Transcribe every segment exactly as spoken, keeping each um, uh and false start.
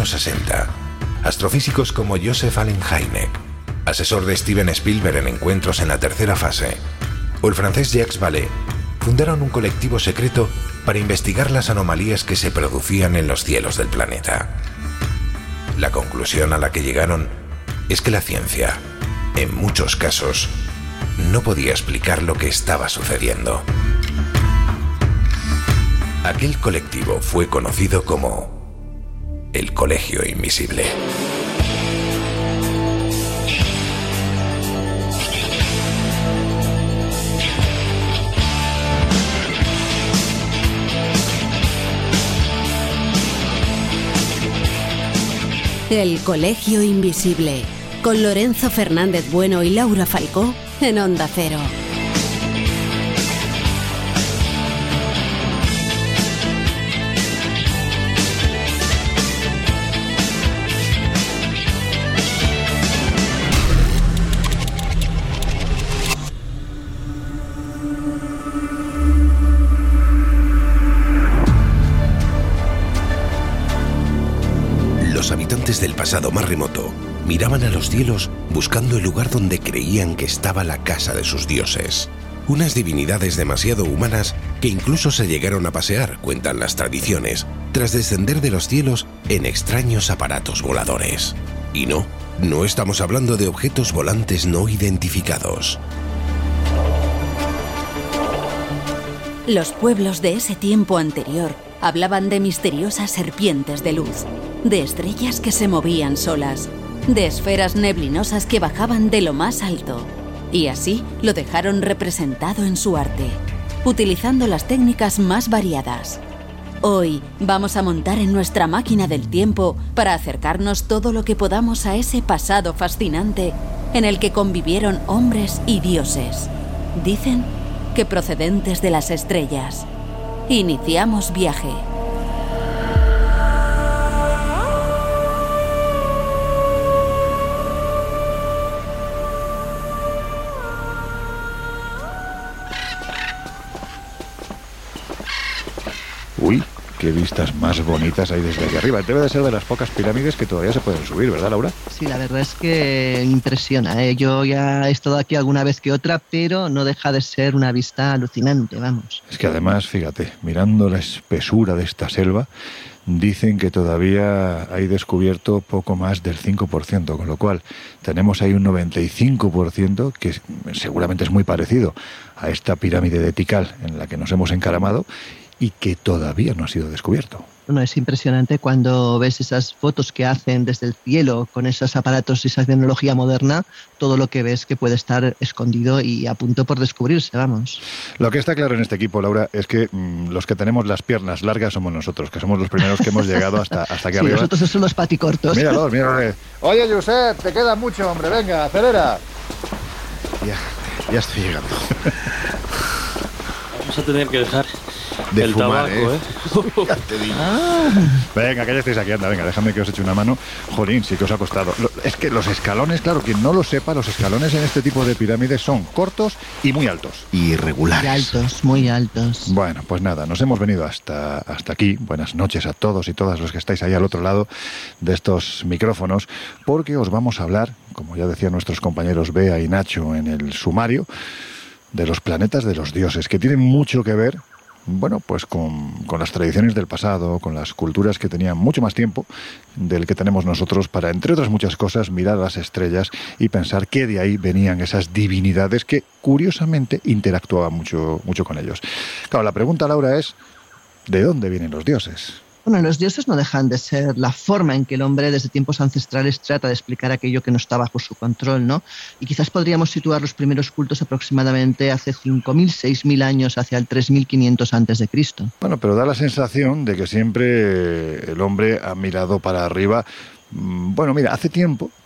años sesenta, astrofísicos como Joseph Allen Hynek, asesor de Steven Spielberg en encuentros en la tercera fase, o el francés Jacques Vallée, fundaron un colectivo secreto para investigar las anomalías que se producían en los cielos del planeta. La conclusión a la que llegaron es que la ciencia, en muchos casos, no podía explicar lo que estaba sucediendo. Aquel colectivo fue conocido como el Colegio Invisible. El Colegio Invisible, con Lorenzo Fernández Bueno y Laura Falcó en Onda Cero. Los habitantes del pasado más remoto miraban a los cielos buscando el lugar donde creían que estaba la casa de sus dioses. Unas divinidades demasiado humanas que incluso se llegaron a pasear, cuentan las tradiciones, tras descender de los cielos en extraños aparatos voladores. Y no, no estamos hablando de objetos volantes no identificados. Los pueblos de ese tiempo anterior hablaban de misteriosas serpientes de luz, de estrellas que se movían solas, de esferas neblinosas que bajaban de lo más alto. Y así lo dejaron representado en su arte, utilizando las técnicas más variadas. Hoy vamos a montar en nuestra máquina del tiempo para acercarnos todo lo que podamos a ese pasado fascinante en el que convivieron hombres y dioses. Dicen que procedentes de las estrellas. Iniciamos viaje. Uy, qué vistas más bonitas hay desde aquí arriba. Debe de ser de las pocas pirámides que todavía se pueden subir, ¿verdad, Laura? Sí, la verdad es que impresiona, ¿eh? Yo ya he estado aquí alguna vez que otra, pero no deja de ser una vista alucinante, vamos. Es que además, fíjate, mirando la espesura de esta selva, dicen que todavía hay descubierto poco más del cinco por ciento, con lo cual tenemos ahí un noventa y cinco por ciento que seguramente es muy parecido a esta pirámide de Tikal en la que nos hemos encaramado y que todavía no ha sido descubierto. Bueno, es impresionante cuando ves esas fotos que hacen desde el cielo con esos aparatos y esa tecnología moderna, todo lo que ves que puede estar escondido y a punto por descubrirse, vamos. Lo que está claro en este equipo, Laura, es que mmm, los que tenemos las piernas largas somos nosotros, que somos los primeros que hemos llegado hasta, hasta aquí sí, arriba. Nosotros somos los paticortos. Míralos, míralos. Oye, Josep, te queda mucho, hombre, venga, acelera. Ya, ya estoy llegando. Vamos a tener que dejar de el fumar, tabaco, ¿eh? ¿eh? Ya te digo. Ah. Venga, que ya estáis aquí, anda, venga, déjame que os eche una mano. Jolín, sí que os ha costado. Lo, es que los escalones, claro, quien no lo sepa, los escalones en este tipo de pirámides son cortos y muy altos. Irregulares. Muy altos, muy altos. Bueno, pues nada, nos hemos venido hasta, hasta aquí. Buenas noches a todos y todas los que estáis ahí al otro lado de estos micrófonos, porque os vamos a hablar, como ya decían nuestros compañeros Bea y Nacho en el sumario, de los planetas de los dioses, que tienen mucho que ver, bueno, pues con, con las tradiciones del pasado, con las culturas que tenían mucho más tiempo del que tenemos nosotros para, entre otras muchas cosas, mirar a las estrellas y pensar que de ahí venían esas divinidades que, curiosamente, interactuaban mucho, mucho con ellos. Claro, la pregunta, Laura, es ¿de dónde vienen los dioses? Bueno, los dioses no dejan de ser la forma en que el hombre desde tiempos ancestrales trata de explicar aquello que no está bajo su control, ¿no? Y quizás podríamos situar los primeros cultos aproximadamente hace cinco mil, seis mil años, hacia el tres mil quinientos antes de Cristo. Bueno, pero da la sensación de que siempre el hombre ha mirado para arriba. Bueno, mira, hace tiempo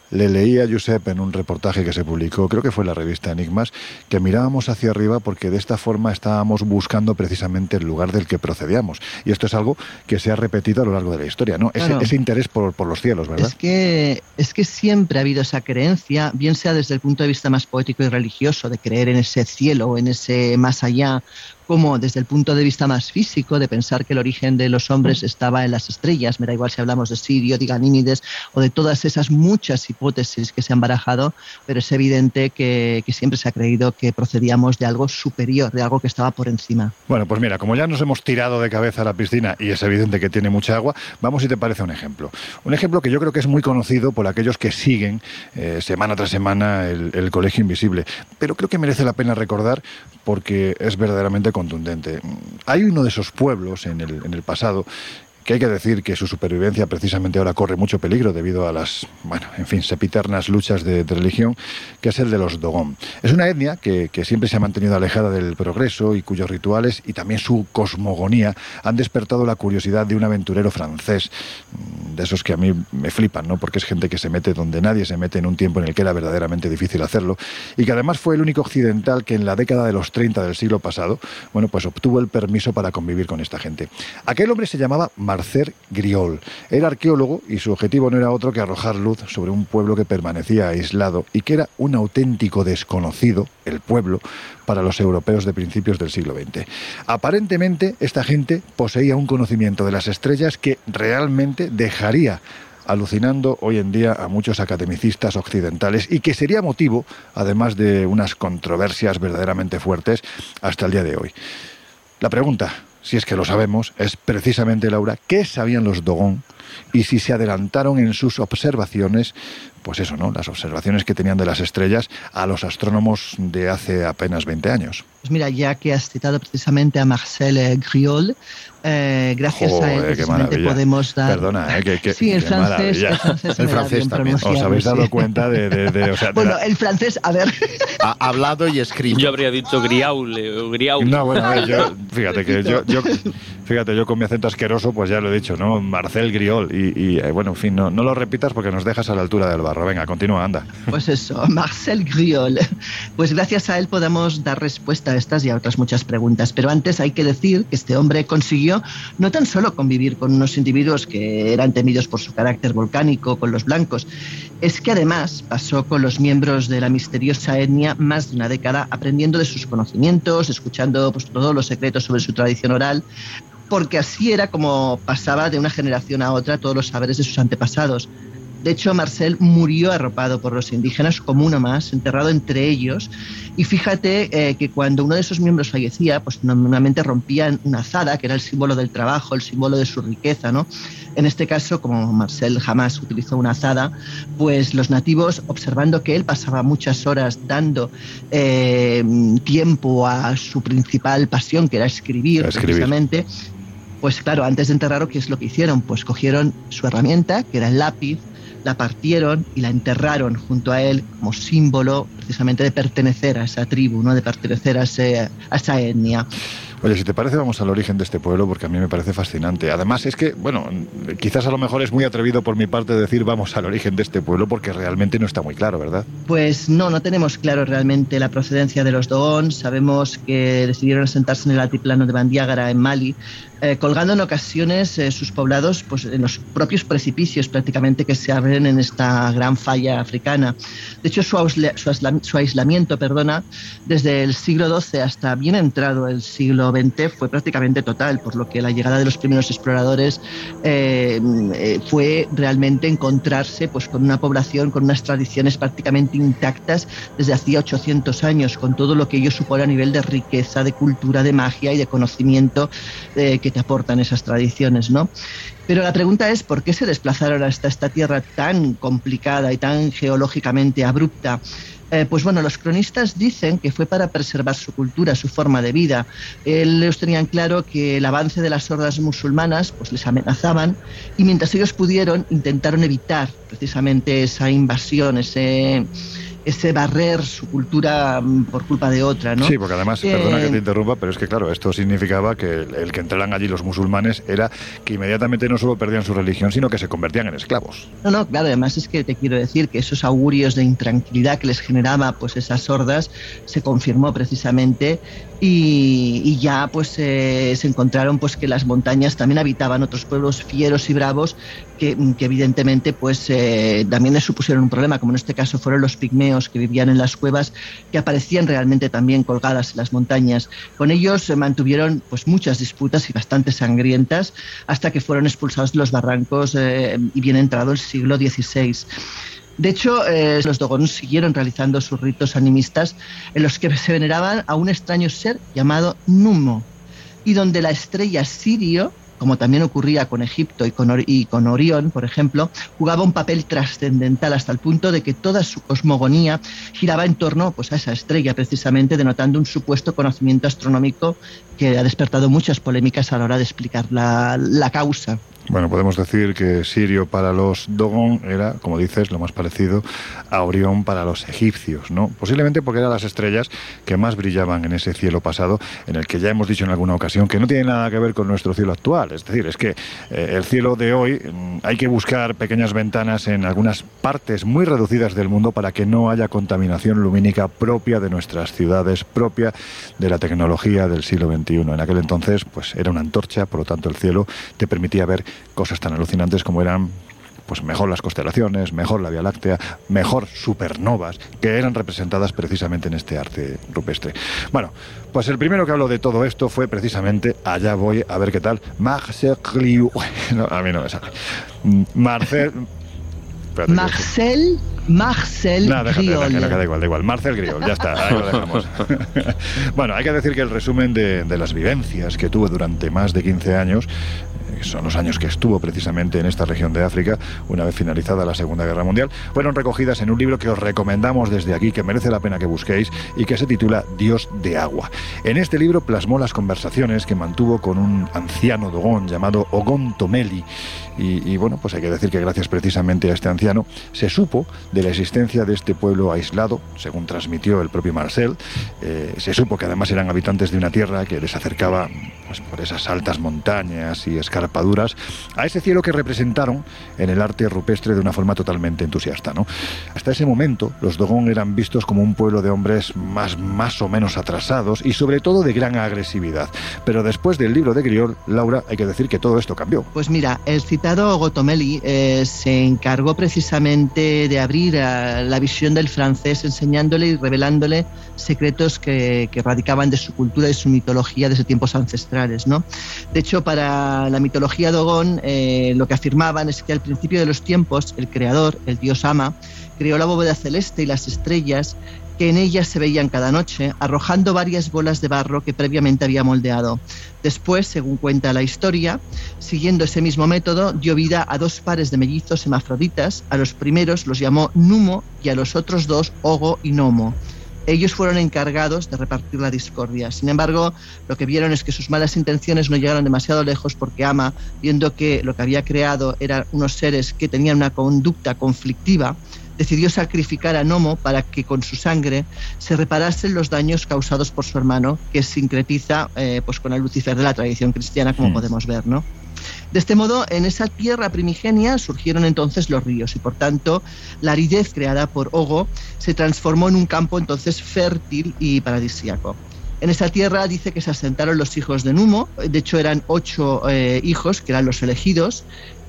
Le leí a Josep en un reportaje que se publicó, creo que fue en la revista Enigmas, que mirábamos hacia arriba porque de esta forma estábamos buscando precisamente el lugar del que procedíamos. Y esto es algo que se ha repetido a lo largo de la historia, ¿no? Ese, claro. ese interés por, por los cielos, ¿verdad? Es que, es que siempre ha habido esa creencia, bien sea desde el punto de vista más poético y religioso, de creer en ese cielo, en ese más allá, como desde el punto de vista más físico, de pensar que el origen de los hombres estaba en las estrellas. Me da igual si hablamos de Sirio, de Ganímedes o de todas esas muchas hipótesis que se han barajado, pero es evidente que, que siempre se ha creído que procedíamos de algo superior, de algo que estaba por encima. Bueno, pues mira, como ya nos hemos tirado de cabeza a la piscina y es evidente que tiene mucha agua, vamos si te parece un ejemplo. Un ejemplo que yo creo que es muy conocido por aquellos que siguen eh, semana tras semana el, el Colegio Invisible, pero creo que merece la pena recordar porque es verdaderamente contundente. Hay uno de esos pueblos en el, en el pasado que hay que decir que su supervivencia precisamente ahora corre mucho peligro debido a las, bueno, en fin, sempiternas luchas de, de religión, que es el de los Dogon. Es una etnia que, que siempre se ha mantenido alejada del progreso y cuyos rituales y también su cosmogonía han despertado la curiosidad de un aventurero francés, de esos que a mí me flipan, ¿no? Porque es gente que se mete donde nadie se mete en un tiempo en el que era verdaderamente difícil hacerlo y que además fue el único occidental que en la década de los treinta del siglo pasado, bueno, pues obtuvo el permiso para convivir con esta gente. Aquel hombre se llamaba Marcel Griol. Era arqueólogo y su objetivo no era otro que arrojar luz sobre un pueblo que permanecía aislado y que era un auténtico desconocido, el pueblo, para los europeos de principios del siglo veinte. Aparentemente, esta gente poseía un conocimiento de las estrellas que realmente dejaría alucinando hoy en día a muchos academicistas occidentales y que sería motivo, además de unas controversias verdaderamente fuertes, hasta el día de hoy. La pregunta, si es que lo sabemos, es precisamente, Laura, ¿qué sabían los Dogon? Y si se adelantaron en sus observaciones, pues eso, ¿no? Las observaciones que tenían de las estrellas a los astrónomos de hace apenas veinte años. Pues mira, ya que has citado precisamente a Marcel Griol, eh, gracias Joder, a él precisamente podemos dar... Perdona, ¿eh? Que, que, sí, el francés, el francés, el francés también. ¿Os habéis dado sí. cuenta de...? de, de o sea, bueno, de la... el francés, a ver... Ha hablado y escrito. Yo habría dicho Griaule o Griaule. No, bueno, a ver, yo, fíjate que yo, yo... Fíjate, yo con mi acento asqueroso, pues ya lo he dicho, ¿no? Marcel Griol. Y, y eh, bueno, en fin, no, no lo repitas porque nos dejas a la altura del barro. Venga, continúa, anda. Pues eso, Marcel Griol. Pues gracias a él podamos dar respuesta a estas y a otras muchas preguntas. Pero antes hay que decir que este hombre consiguió no tan solo convivir con unos individuos que eran temidos por su carácter volcánico, con los blancos, es que además pasó con los miembros de la misteriosa etnia más de una década aprendiendo de sus conocimientos, escuchando pues, todos los secretos sobre su tradición oral, porque así era como pasaba de una generación a otra todos los saberes de sus antepasados. De hecho, Marcel murió arropado por los indígenas como uno más, enterrado entre ellos. Y fíjate eh, que cuando uno de esos miembros fallecía, pues normalmente rompían una azada, que era el símbolo del trabajo, el símbolo de su riqueza, ¿no? En este caso, como Marcel jamás utilizó una azada, pues los nativos, observando que él pasaba muchas horas dando eh, tiempo a su principal pasión, que era escribir, escribir. precisamente, pues claro, antes de enterrarlo, ¿qué es lo que hicieron? Pues cogieron su herramienta, que era el lápiz, la partieron y la enterraron junto a él como símbolo precisamente de pertenecer a esa tribu, ¿no? De pertenecer a, ese, a esa etnia. Oye, si te parece, vamos al origen de este pueblo, porque a mí me parece fascinante. Además, es que, bueno, quizás a lo mejor es muy atrevido por mi parte decir vamos al origen de este pueblo, porque realmente no está muy claro, ¿verdad? Pues no, no tenemos claro realmente la procedencia de los Dogon. Sabemos que decidieron asentarse en el altiplano de Bandiagara, en Mali, eh, colgando en ocasiones eh, sus poblados pues, en los propios precipicios prácticamente que se abren en esta gran falla africana. De hecho, su, ausla, su, aisla, su aislamiento, perdona, desde el siglo doce hasta bien entrado el siglo veinte fue prácticamente total, por lo que la llegada de los primeros exploradores eh, eh, fue realmente encontrarse pues, con una población con unas tradiciones prácticamente intactas desde hacía ochocientos años, con todo lo que ello supone a nivel de riqueza, de cultura, de magia y de conocimiento eh, que te aportan esas tradiciones, ¿no? Pero la pregunta es, ¿por qué se desplazaron hasta esta tierra tan complicada y tan geológicamente abrupta? Eh, pues bueno, los cronistas dicen que fue para preservar su cultura, su forma de vida. Ellos tenían claro que el avance de las hordas musulmanas pues les amenazaban y mientras ellos pudieron intentaron evitar precisamente esa invasión, ese, ese barrer su cultura por culpa de otra, ¿no? Sí, porque además, eh, perdona que te interrumpa, pero es que claro, esto significaba que el, el que entraran allí los musulmanes era que inmediatamente no solo perdían su religión, sino que se convertían en esclavos. No, no, claro, además es que te quiero decir que esos augurios de intranquilidad que les generaba pues esas hordas se confirmó precisamente y, y ya pues eh, se encontraron pues que las montañas también habitaban otros pueblos fieros y bravos que, que evidentemente pues eh, también les supusieron un problema, como en este caso fueron los pigmeos que vivían en las cuevas, que aparecían realmente también colgadas en las montañas. Con ellos se mantuvieron pues muchas disputas y bastante sangrientas hasta que fueron expulsados de los barrancos eh, y bien entrado el siglo dieciséis. De hecho, eh, los Dogon siguieron realizando sus ritos animistas en los que se veneraban a un extraño ser llamado Numo, y donde la estrella Sirio, como también ocurría con Egipto y con, Or- y con Orión, por ejemplo, jugaba un papel trascendental hasta el punto de que toda su cosmogonía giraba en torno pues, a esa estrella, precisamente denotando un supuesto conocimiento astronómico que ha despertado muchas polémicas a la hora de explicar la, la causa. Bueno, podemos decir que Sirio para los Dogon era, como dices, lo más parecido a Orión para los egipcios, ¿no? Posiblemente porque eran las estrellas que más brillaban en ese cielo pasado, en el que ya hemos dicho en alguna ocasión que no tiene nada que ver con nuestro cielo actual. Es decir, es que eh, el cielo de hoy mm, hay que buscar pequeñas ventanas en algunas partes muy reducidas del mundo para que no haya contaminación lumínica propia de nuestras ciudades, propia de la tecnología del siglo veintiuno. En aquel entonces, pues era una antorcha, por lo tanto el cielo te permitía ver cosas tan alucinantes como eran pues mejor las constelaciones, mejor la Vía Láctea, mejor supernovas, que eran representadas precisamente en este arte rupestre. Bueno, pues el primero que habló de todo esto fue precisamente, allá voy a ver qué tal, Marcel Griol. No, a mí no me sale. Marcel... Espérate, Marcel... Marcel no, déjate, Griol. déjate, da igual, da igual. Marcel Griol, ya está, ahí lo dejamos. Bueno, hay que decir que el resumen de, de las vivencias que tuve durante más de quince años, eh, son los años que estuvo precisamente en esta región de África, una vez finalizada la Segunda Guerra Mundial, fueron recogidas en un libro que os recomendamos desde aquí, que merece la pena que busquéis, y que se titula Dios de Agua. En este libro plasmó las conversaciones que mantuvo con un anciano Dogon llamado Ogon Tomeli, y, y bueno, pues hay que decir que gracias precisamente a este anciano se supo de la existencia de este pueblo aislado, según transmitió el propio Marcel. Eh, se supo que además eran habitantes de una tierra que les acercaba pues, por esas altas montañas y escarpaduras a ese cielo que representaron en el arte rupestre de una forma totalmente entusiasta, ¿no? Hasta ese momento los Dogon eran vistos como un pueblo de hombres más, más o menos atrasados y sobre todo de gran agresividad. Pero después del libro de Griol, Laura, hay que decir que todo esto cambió. Pues mira, el citado Gotomeli eh, se encargó precisamente de abrir a la visión del francés, enseñándole y revelándole secretos que, que radicaban de su cultura y su mitología desde tiempos ancestrales, ¿no? De hecho, para la mitología Dogon, eh, lo que afirmaban es que al principio de los tiempos, el creador, el dios Ama, creó la bóveda celeste y las estrellas que en ellas se veían cada noche, arrojando varias bolas de barro que previamente había moldeado. Después, según cuenta la historia, siguiendo ese mismo método, dio vida a dos pares de mellizos hermafroditas. A los primeros los llamó Numo y a los otros dos Ogo y Nomo. Ellos fueron encargados de repartir la discordia. Sin embargo, lo que vieron es que sus malas intenciones no llegaron demasiado lejos, porque Ama, viendo que lo que había creado eran unos seres que tenían una conducta conflictiva, decidió sacrificar a Nomo para que con su sangre se reparasen los daños causados por su hermano, que sincretiza eh, pues con el Lucifer de la tradición cristiana, como mm. podemos ver, ¿no? De este modo, en esa tierra primigenia surgieron entonces los ríos y, por tanto, la aridez creada por Ogo se transformó en un campo entonces fértil y paradisíaco. En esa tierra dice que se asentaron los hijos de Numo. De hecho eran ocho eh, hijos, que eran los elegidos,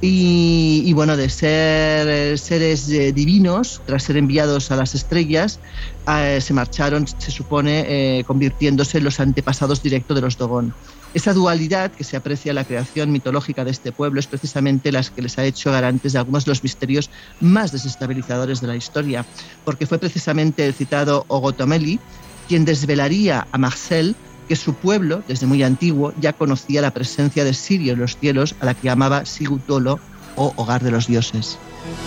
y, y bueno, de ser eh, seres eh, divinos, tras ser enviados a las estrellas, eh, se marcharon, se supone, eh, convirtiéndose en los antepasados directos de los Dogon. Esa dualidad que se aprecia en la creación mitológica de este pueblo es precisamente la que les ha hecho garantes de algunos de los misterios más desestabilizadores de la historia, porque fue precisamente el citado Ogotomeli quien desvelaría a Marcel que su pueblo, desde muy antiguo, ya conocía la presencia de Sirio en los cielos, a la que llamaba Sigutolo, o hogar de los dioses.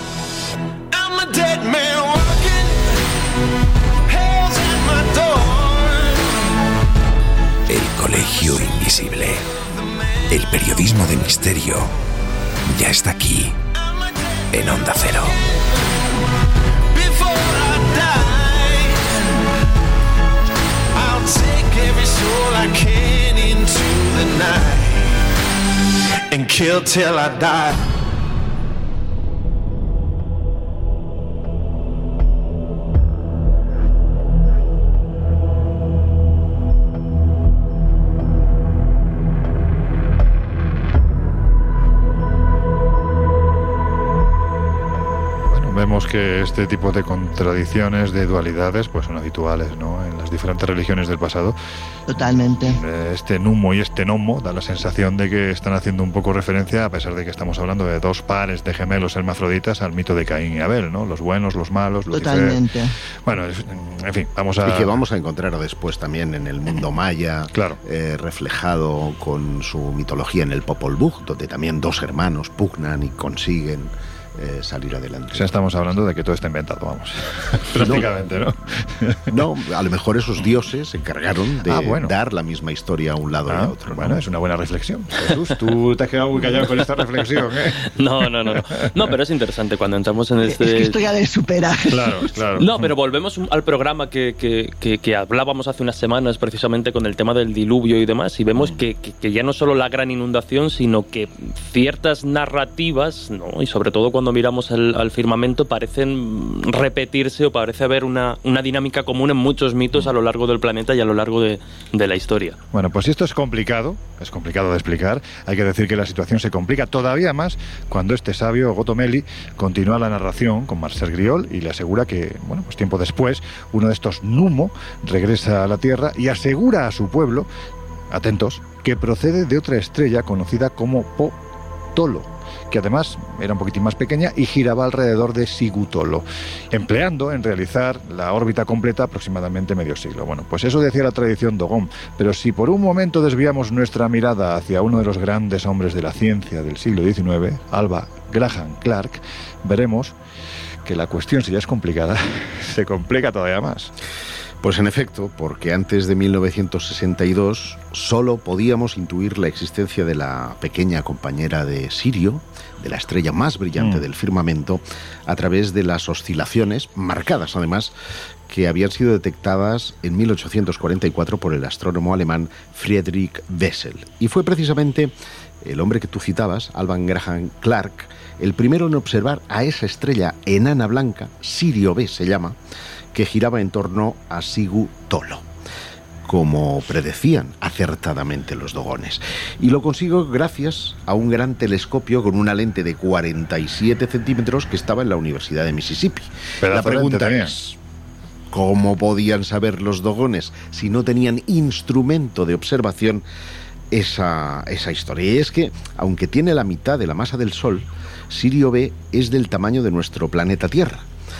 El Colegio Invisible. El periodismo de misterio ya está aquí, en Onda Cero. Before I die. chill till I die. Vemos que este tipo de contradicciones, de dualidades, pues son habituales, ¿no?, en las diferentes religiones del pasado. Totalmente. Este numo y este nomo da la sensación de que están haciendo un poco referencia, a pesar de que estamos hablando de dos pares de gemelos hermafroditas, al mito de Caín y Abel, ¿no? Los buenos, los malos, Lucifer. Totalmente. Bueno, en fin, vamos a... Y que vamos a encontrar después también en el mundo maya, claro. eh, reflejado con su mitología en el Popol Vuh, donde también dos hermanos pugnan y consiguen Eh, salir adelante. O sea, estamos hablando de que todo está inventado, vamos. Prácticamente, ¿no? No, a lo mejor esos dioses se encargaron de ah, bueno. dar la misma historia a un lado ah, y a otro, ¿no? Bueno, es una buena reflexión. Jesús, tú te has quedado muy callado con esta reflexión, ¿eh? No, no, no, no. No, pero es interesante cuando entramos en este... Es que esto ya de supera. Claro, claro. No, pero volvemos al programa que, que, que, que hablábamos hace unas semanas precisamente con el tema del diluvio y demás, y vemos que, que, que ya no solo la gran inundación, sino que ciertas narrativas, ¿no?, y sobre todo cuando miramos al, al firmamento, parecen repetirse o parece haber una, una dinámica común en muchos mitos a lo largo del planeta y a lo largo de, de la historia. Bueno, pues si esto es complicado, es complicado de explicar, hay que decir que la situación se complica todavía más cuando este sabio, Goto Meli, continúa la narración con Marcel Griol y le asegura que, bueno, pues tiempo después, uno de estos Numo regresa a la Tierra y asegura a su pueblo, atentos, que procede de otra estrella conocida como Potolo, que además era un poquitín más pequeña y giraba alrededor de Sigutolo, empleando en realizar la órbita completa aproximadamente medio siglo. Bueno, pues eso decía la tradición Dogon, pero si por un momento desviamos nuestra mirada hacia uno de los grandes hombres de la ciencia del siglo diecinueve, Alva Graham Clark, veremos que la cuestión, si ya es complicada, se complica todavía más. Pues en efecto, porque antes de mil novecientos sesenta y dos solo podíamos intuir la existencia de la pequeña compañera de Sirio, de la estrella más brillante mm. del firmamento, a través de las oscilaciones, marcadas además, que habían sido detectadas en mil ochocientos cuarenta y cuatro por el astrónomo alemán Friedrich Bessel. Y fue precisamente el hombre que tú citabas, Alvan Graham Clark, el primero en observar a esa estrella enana blanca, Sirio B se llama, que giraba en torno a Sigutolo, como predecían acertadamente los dogones. Y lo consiguió gracias a un gran telescopio con una lente de cuarenta y siete centímetros que estaba en la Universidad de Mississippi. Pero la pregunta es, ¿cómo podían saber los dogones si no tenían instrumento de observación esa, esa historia? Y es que, aunque tiene la mitad de la masa del Sol, Sirio B es del tamaño de nuestro planeta Tierra.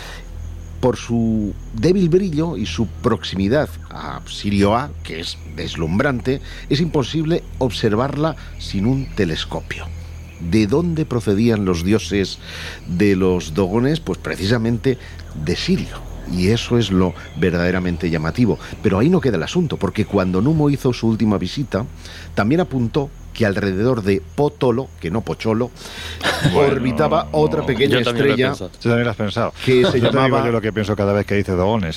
Por su débil brillo y su proximidad a Sirio A, que es deslumbrante, es imposible observarla sin un telescopio. ¿De dónde procedían los dioses de los dogones? Pues precisamente de Sirio. Y eso es lo verdaderamente llamativo. Pero ahí no queda el asunto, porque cuando Numo hizo su última visita, también apuntó que alrededor de Potolo, que no Pocholo, bueno, orbitaba otra no, pequeña estrella. Tú también lo has pensado. Que se yo llamaba... digo yo lo que pienso cada vez que dice dogones.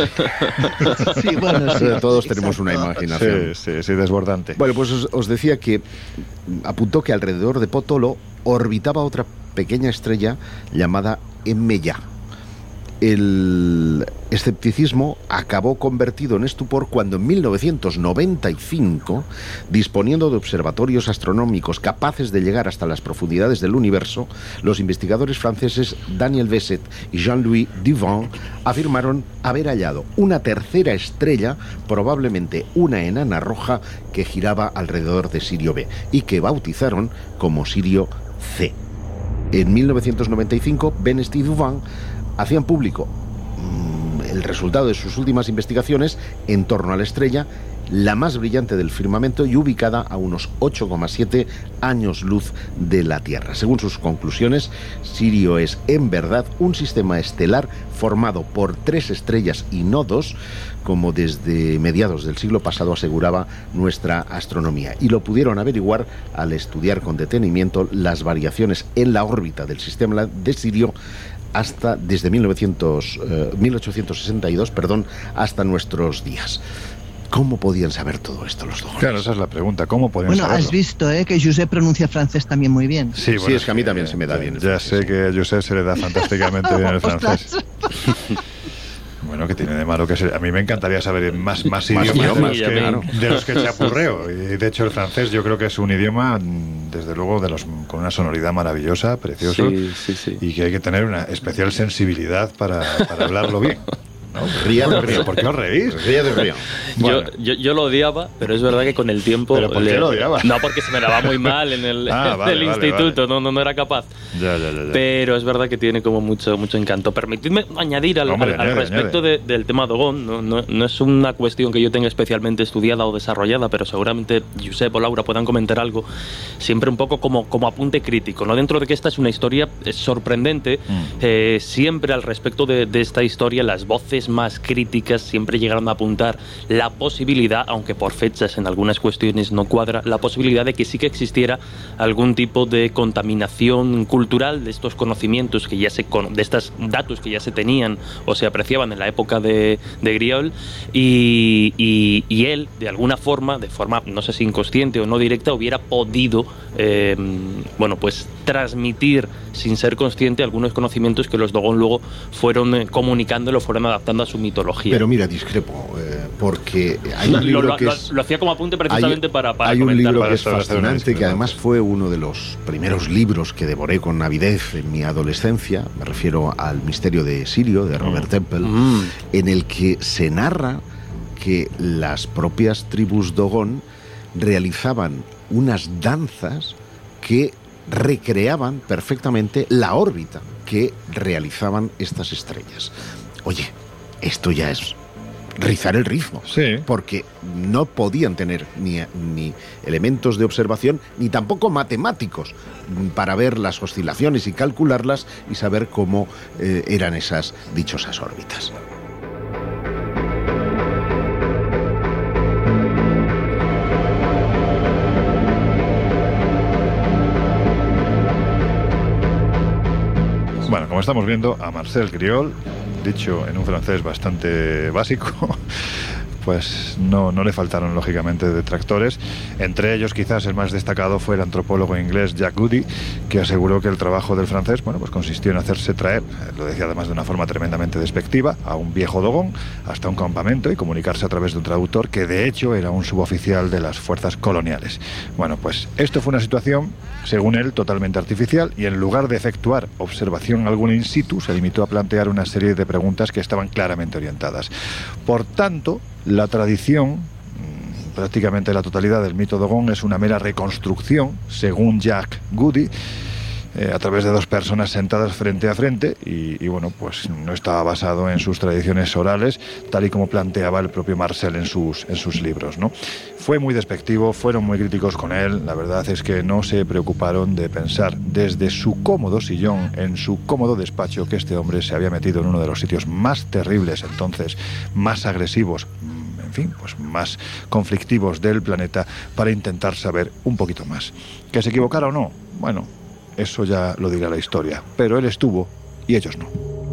Sí, bueno, sí, todos sí, tenemos exacto. Una imaginación. Sí, sí, sí, desbordante. Bueno, pues os, os decía que apuntó que alrededor de Potolo orbitaba otra pequeña estrella llamada Emmeya. El escepticismo acabó convertido en estupor cuando en mil novecientos noventa y cinco, disponiendo de observatorios astronómicos capaces de llegar hasta las profundidades del universo, los investigadores franceses Daniel Besset y Jean-Louis Duvin afirmaron haber hallado una tercera estrella, probablemente una enana roja, que giraba alrededor de Sirio B y que bautizaron como Sirio C. En mil novecientos noventa y cinco, Besset y Duvin hacían público mmm, el resultado de sus últimas investigaciones en torno a la estrella, la más brillante del firmamento y ubicada a unos ocho coma siete años luz de la Tierra. Según sus conclusiones, Sirio es en verdad un sistema estelar formado por tres estrellas y no dos, como desde mediados del siglo pasado aseguraba nuestra astronomía. Y lo pudieron averiguar al estudiar con detenimiento las variaciones en la órbita del sistema de Sirio hasta desde mil novecientos, eh, mil ochocientos sesenta y dos, perdón, hasta nuestros días. ¿Cómo podían saber todo esto los Dogons? Claro, esa es la pregunta. ¿Cómo podían bueno, saberlo? has visto ¿eh? que Josep pronuncia francés también muy bien. Sí, bueno, sí, es que a mí también eh, se me da bien el Ya francés. sé que a Josep se le da fantásticamente bien el francés. Bueno, que tiene de malo que ser. A mí me encantaría saber más, más idiomas, idiomas, de, los que, claro. de los que chapurreo. Y de hecho el francés yo creo que es un idioma, desde luego, de los con una sonoridad maravillosa, precioso, Sí, sí, sí. y que hay que tener una especial sensibilidad para, para hablarlo bien. ¿No? Ría de ¿Por qué- río. ¿Por qué os reís? Ría de río. Bueno. Yo, yo, yo lo odiaba, pero es verdad que con el tiempo... ¿Pero por qué lo odiaba? No, porque se me daba muy mal en el, Ah, en vale, el vale, instituto, vale. No, no, no era capaz. Ya, ya, ya, ya. Pero es verdad que tiene como mucho mucho encanto. Permitidme añadir al, Hombre, al- al añade, respecto añade. de- del tema Dogón. No, no, no es una cuestión que yo tenga especialmente estudiada o desarrollada, pero seguramente Josep o Laura puedan comentar algo, siempre un poco como, como apunte crítico, ¿no? Dentro de que esta es una historia eh, sorprendente, Mm. eh, siempre al respecto de, de esta historia, las voces más críticas siempre llegaron a apuntar la posibilidad, aunque por fechas en algunas cuestiones no cuadra, la posibilidad de que sí que existiera algún tipo de contaminación cultural de estos conocimientos que ya se con, de estos datos que ya se tenían o se apreciaban en la época de, de Griol, y, y, y él de alguna forma, de forma no sé si inconsciente o no directa, hubiera podido eh, bueno pues transmitir sin ser consciente algunos conocimientos que los Dogón luego fueron eh, comunicando y lo fueron adaptando a su mitología. Pero mira, discrepo, eh, porque hay Lo- un libro lo, que lo- es... lo hacía como apunte precisamente hay, para, para hay un comentar. libro para que es esto, para hacer una fascinante, que discrepancia. además fue uno de los primeros libros que devoré con avidez en mi adolescencia. Me refiero al Misterio de Sirio, de Robert Temple, Mm. en el que se narra que las propias tribus Dogón realizaban unas danzas que recreaban perfectamente la órbita que realizaban estas estrellas. Oye, esto ya es rizar el ritmo, Sí. porque no podían tener ni, ni elementos de observación ni tampoco matemáticos para ver las oscilaciones y calcularlas y saber cómo eh, eran esas dichosas órbitas. Bueno, como estamos viendo, a Marcel Griol, dicho en un francés bastante básico, pues no, no le faltaron lógicamente detractores. Entre ellos quizás el más destacado fue el antropólogo inglés Jack Goody, que aseguró que el trabajo del francés, bueno, pues consistió en hacerse traer, lo decía además de una forma tremendamente despectiva, a un viejo Dogón hasta un campamento y comunicarse a través de un traductor que de hecho era un suboficial de las fuerzas coloniales. Bueno, pues esto fue una situación, según él, totalmente artificial, y en lugar de efectuar observación alguna in situ, se limitó a plantear una serie de preguntas que estaban claramente orientadas. Por tanto, la tradición, mmm, prácticamente la totalidad del mito Dogón, es una mera reconstrucción, según Jack Goody, eh, a través de dos personas sentadas frente a frente, y, y bueno, pues no estaba basado en sus tradiciones orales, tal y como planteaba el propio Marcel en sus, en sus libros, ¿no? Fue muy despectivo, fueron muy críticos con él. La verdad es que no se preocuparon de pensar desde su cómodo sillón, en su cómodo despacho, que este hombre se había metido en uno de los sitios más terribles entonces, más agresivos, en fin, pues más conflictivos del planeta, para intentar saber un poquito más. ¿Que se equivocara o no? Bueno, eso ya lo dirá la historia. Pero él estuvo y ellos no.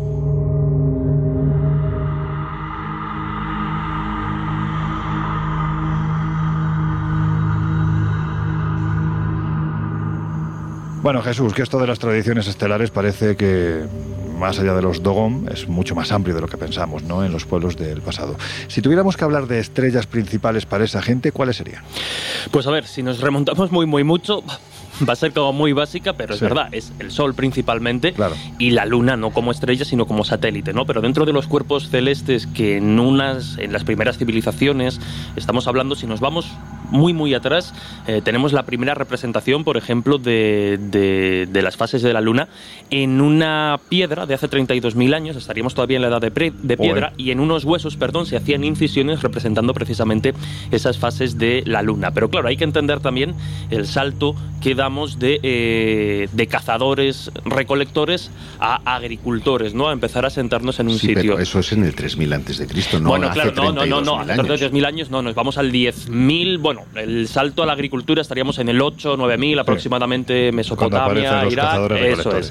Bueno, Jesús, que esto de las tradiciones estelares parece que, más allá de los Dogón, es mucho más amplio de lo que pensamos, ¿no?, en los pueblos del pasado. Si tuviéramos que hablar de estrellas principales para esa gente, ¿cuáles serían? Pues a ver, si nos remontamos muy, muy mucho, va a ser como muy básica, pero es Sí. verdad, es el Sol principalmente, Claro. y la Luna no como estrella, sino como satélite, ¿no? Pero dentro de los cuerpos celestes que en unas, en las primeras civilizaciones, estamos hablando, si nos vamos muy, muy atrás, eh, tenemos la primera representación, por ejemplo, de, de, de las fases de la Luna en una piedra de hace treinta y dos mil años, estaríamos todavía en la edad de, pre, de piedra, Joder. y en unos huesos, perdón, se hacían incisiones representando precisamente esas fases de la Luna. Pero claro, hay que entender también el salto que damos de, eh, de cazadores, recolectores a agricultores, ¿no? A empezar a sentarnos en un Sí, sitio. pero eso es en el tres mil antes de Cristo, no bueno, hace claro, no, no, no, no, hace treinta y dos mil treinta y años. dos mil años no, nos vamos al diez mil, bueno, el salto a la agricultura estaríamos en el ocho, nueve mil aproximadamente, Cuando aparecen Mesopotamia, los Irak, cazadores eso recolectores. es.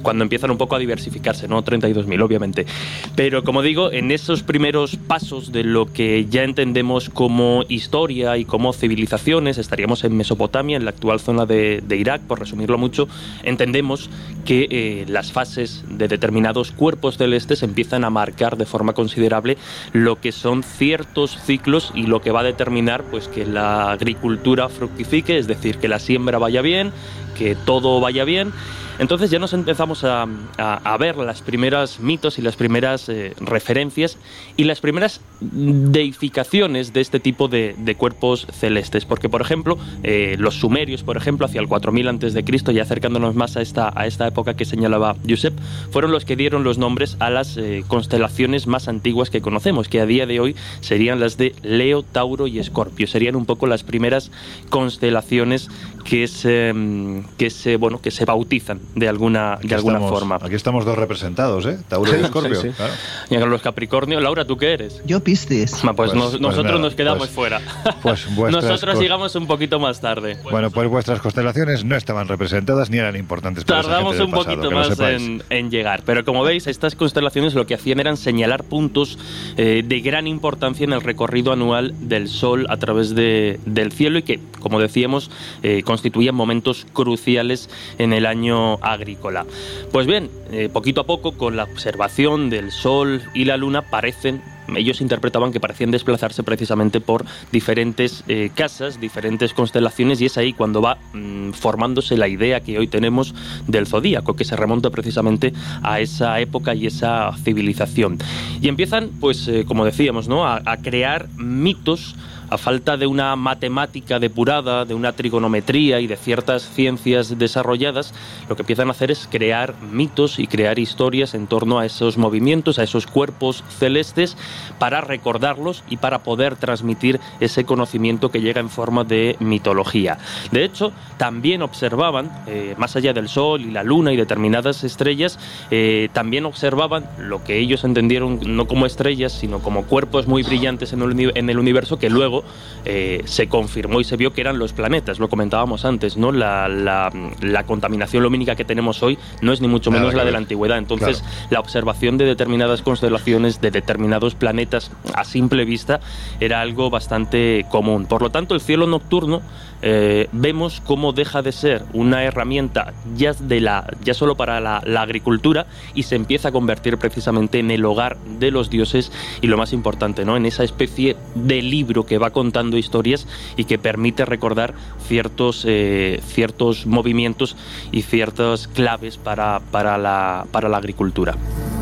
cuando empiezan un poco a diversificarse, no treinta y dos mil obviamente. Pero como digo, en esos primeros pasos de lo que ya entendemos como historia y como civilizaciones, estaríamos en Mesopotamia, en la actual zona de, de Irak, por resumirlo mucho, entendemos que eh, las fases de determinados cuerpos celestes empiezan a marcar de forma considerable lo que son ciertos ciclos y lo que va a determinar pues que la agricultura fructifique, es decir, que la siembra vaya bien, que todo vaya bien. Entonces ya nos empezamos a, a, a ver las primeras mitos y las primeras eh, referencias y las primeras deificaciones de este tipo de, de cuerpos celestes. Porque, por ejemplo, eh, los sumerios, por ejemplo, hacia el cuatro mil antes de Cristo, ya acercándonos más a esta, a esta época que señalaba Josep, fueron los que dieron los nombres a las eh, constelaciones más antiguas que conocemos, que a día de hoy serían las de Leo, Tauro y Escorpio. Serían un poco las primeras constelaciones que se, que se, bueno, que se bautizan de alguna, de alguna estamos, forma. Aquí estamos dos representados, ¿eh? Tauro y Escorpio. Sí, sí. Claro. Y los Capricornio. Laura, ¿tú qué eres? Yo Piscis. Pues, pues nos, pues nosotros nada, nos quedamos pues, fuera. Pues nosotros cos- llegamos un poquito más tarde. Bueno, pues vuestras constelaciones no estaban representadas ni eran importantes para Tardamos esa gente un del poquito pasado, más en, en llegar. Pero como veis, estas constelaciones lo que hacían eran señalar puntos eh, de gran importancia en el recorrido anual del Sol a través de, del cielo y que, como decíamos, eh, constituían momentos cruciales en el año agrícola. Pues bien, eh, poquito a poco, con la observación del Sol y la Luna, parecen, ellos interpretaban que parecían desplazarse precisamente por diferentes eh, casas, diferentes constelaciones, y es ahí cuando va mmm, formándose la idea que hoy tenemos del zodíaco, que se remonta precisamente a esa época y esa civilización. Y empiezan, pues, eh, como decíamos, ¿no?, a, a crear mitos a falta de una matemática depurada, de una trigonometría y de ciertas ciencias desarrolladas. Lo que empiezan a hacer es crear mitos y crear historias en torno a esos movimientos, a esos cuerpos celestes, para recordarlos y para poder transmitir ese conocimiento que llega en forma de mitología. De hecho, también observaban, eh, más allá del Sol y la Luna y determinadas estrellas, eh, también observaban lo que ellos entendieron no como estrellas, sino como cuerpos muy brillantes en el, uni- en el universo, que luego eh, se confirmó y se vio que eran los planetas. Lo comentábamos antes, ¿no? La, la, la contaminación lumínica que tenemos hoy no es ni mucho menos la de la antigüedad. Entonces, claro, la observación de determinadas constelaciones, de determinados planetas a simple vista, era algo bastante común. Por lo tanto, el cielo nocturno eh, vemos cómo deja de ser una herramienta ya, de la, ya solo para la, la agricultura y se empieza a convertir precisamente en el hogar de los dioses y, lo más importante, ¿no?, en esa especie de libro que va contando historias y que permite recordar ciertos, eh, ciertos movimientos y ciertas claves para, para, la, para la agricultura.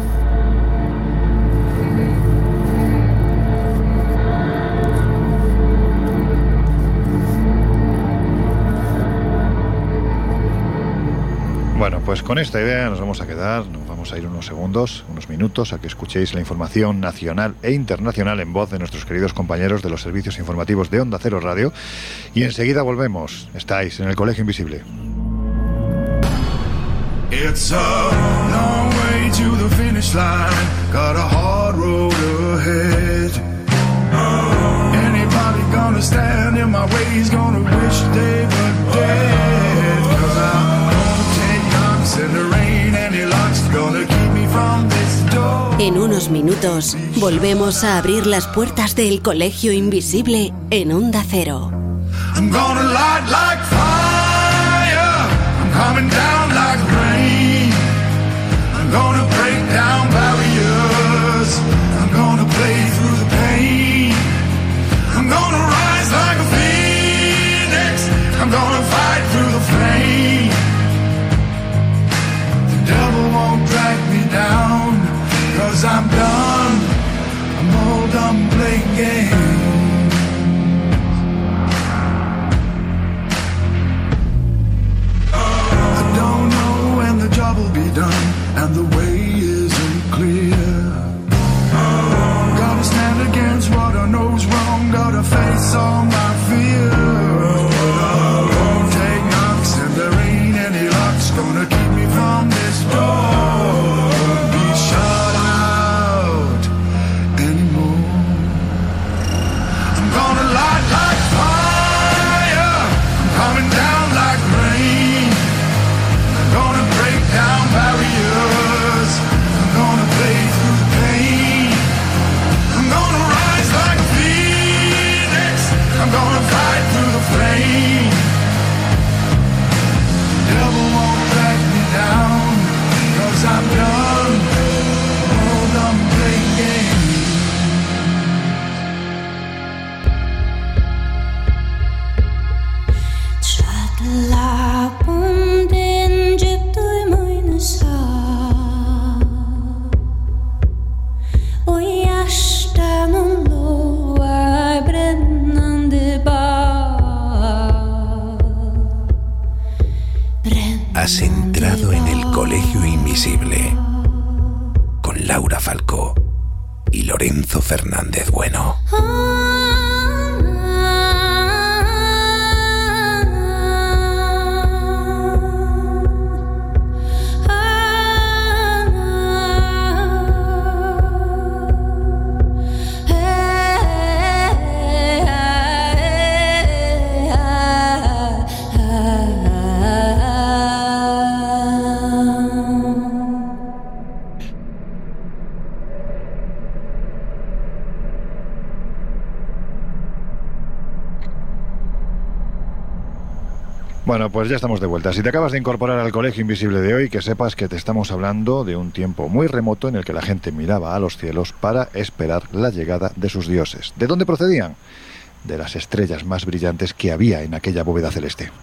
Bueno, pues con esta idea nos vamos a quedar, nos vamos a ir unos segundos, unos minutos, a que escuchéis la información nacional e internacional en voz de nuestros queridos compañeros de los servicios informativos de Onda Cero Radio, y enseguida volvemos. Estáis en el Colegio Invisible. It's a long way to the finish line, got a hard road ahead. Anybody gonna stand in my way is gonna wish they were dead, 'cause I'm En unos minutos volvemos a abrir las puertas del Colegio Invisible en Onda Cero. I'm gonna light like fire, I'm coming down like rain, I'm gonna break down barriers, I'm gonna play through the pain, I'm gonna rise like a phoenix, I'm gonna fight through the flame. Devil won't drag me down, 'cause I'm done, I'm all done playing games. I don't know when the job will be done, and the way isn't clear. Gotta stand against what I know's wrong, gotta face all my fears. I won't take knocks, and there ain't any luck's gonna keep me from this door. Be shut out anymore. Has entrado en el Colegio Invisible con Laura Falcó y Lorenzo Fernández Bueno. Bueno, pues ya estamos de vuelta. Si te acabas de incorporar al Colegio Invisible de hoy, que sepas que te estamos hablando de un tiempo muy remoto en el que la gente miraba a los cielos para esperar la llegada de sus dioses. ¿De dónde procedían? De las estrellas más brillantes que había en aquella bóveda celeste.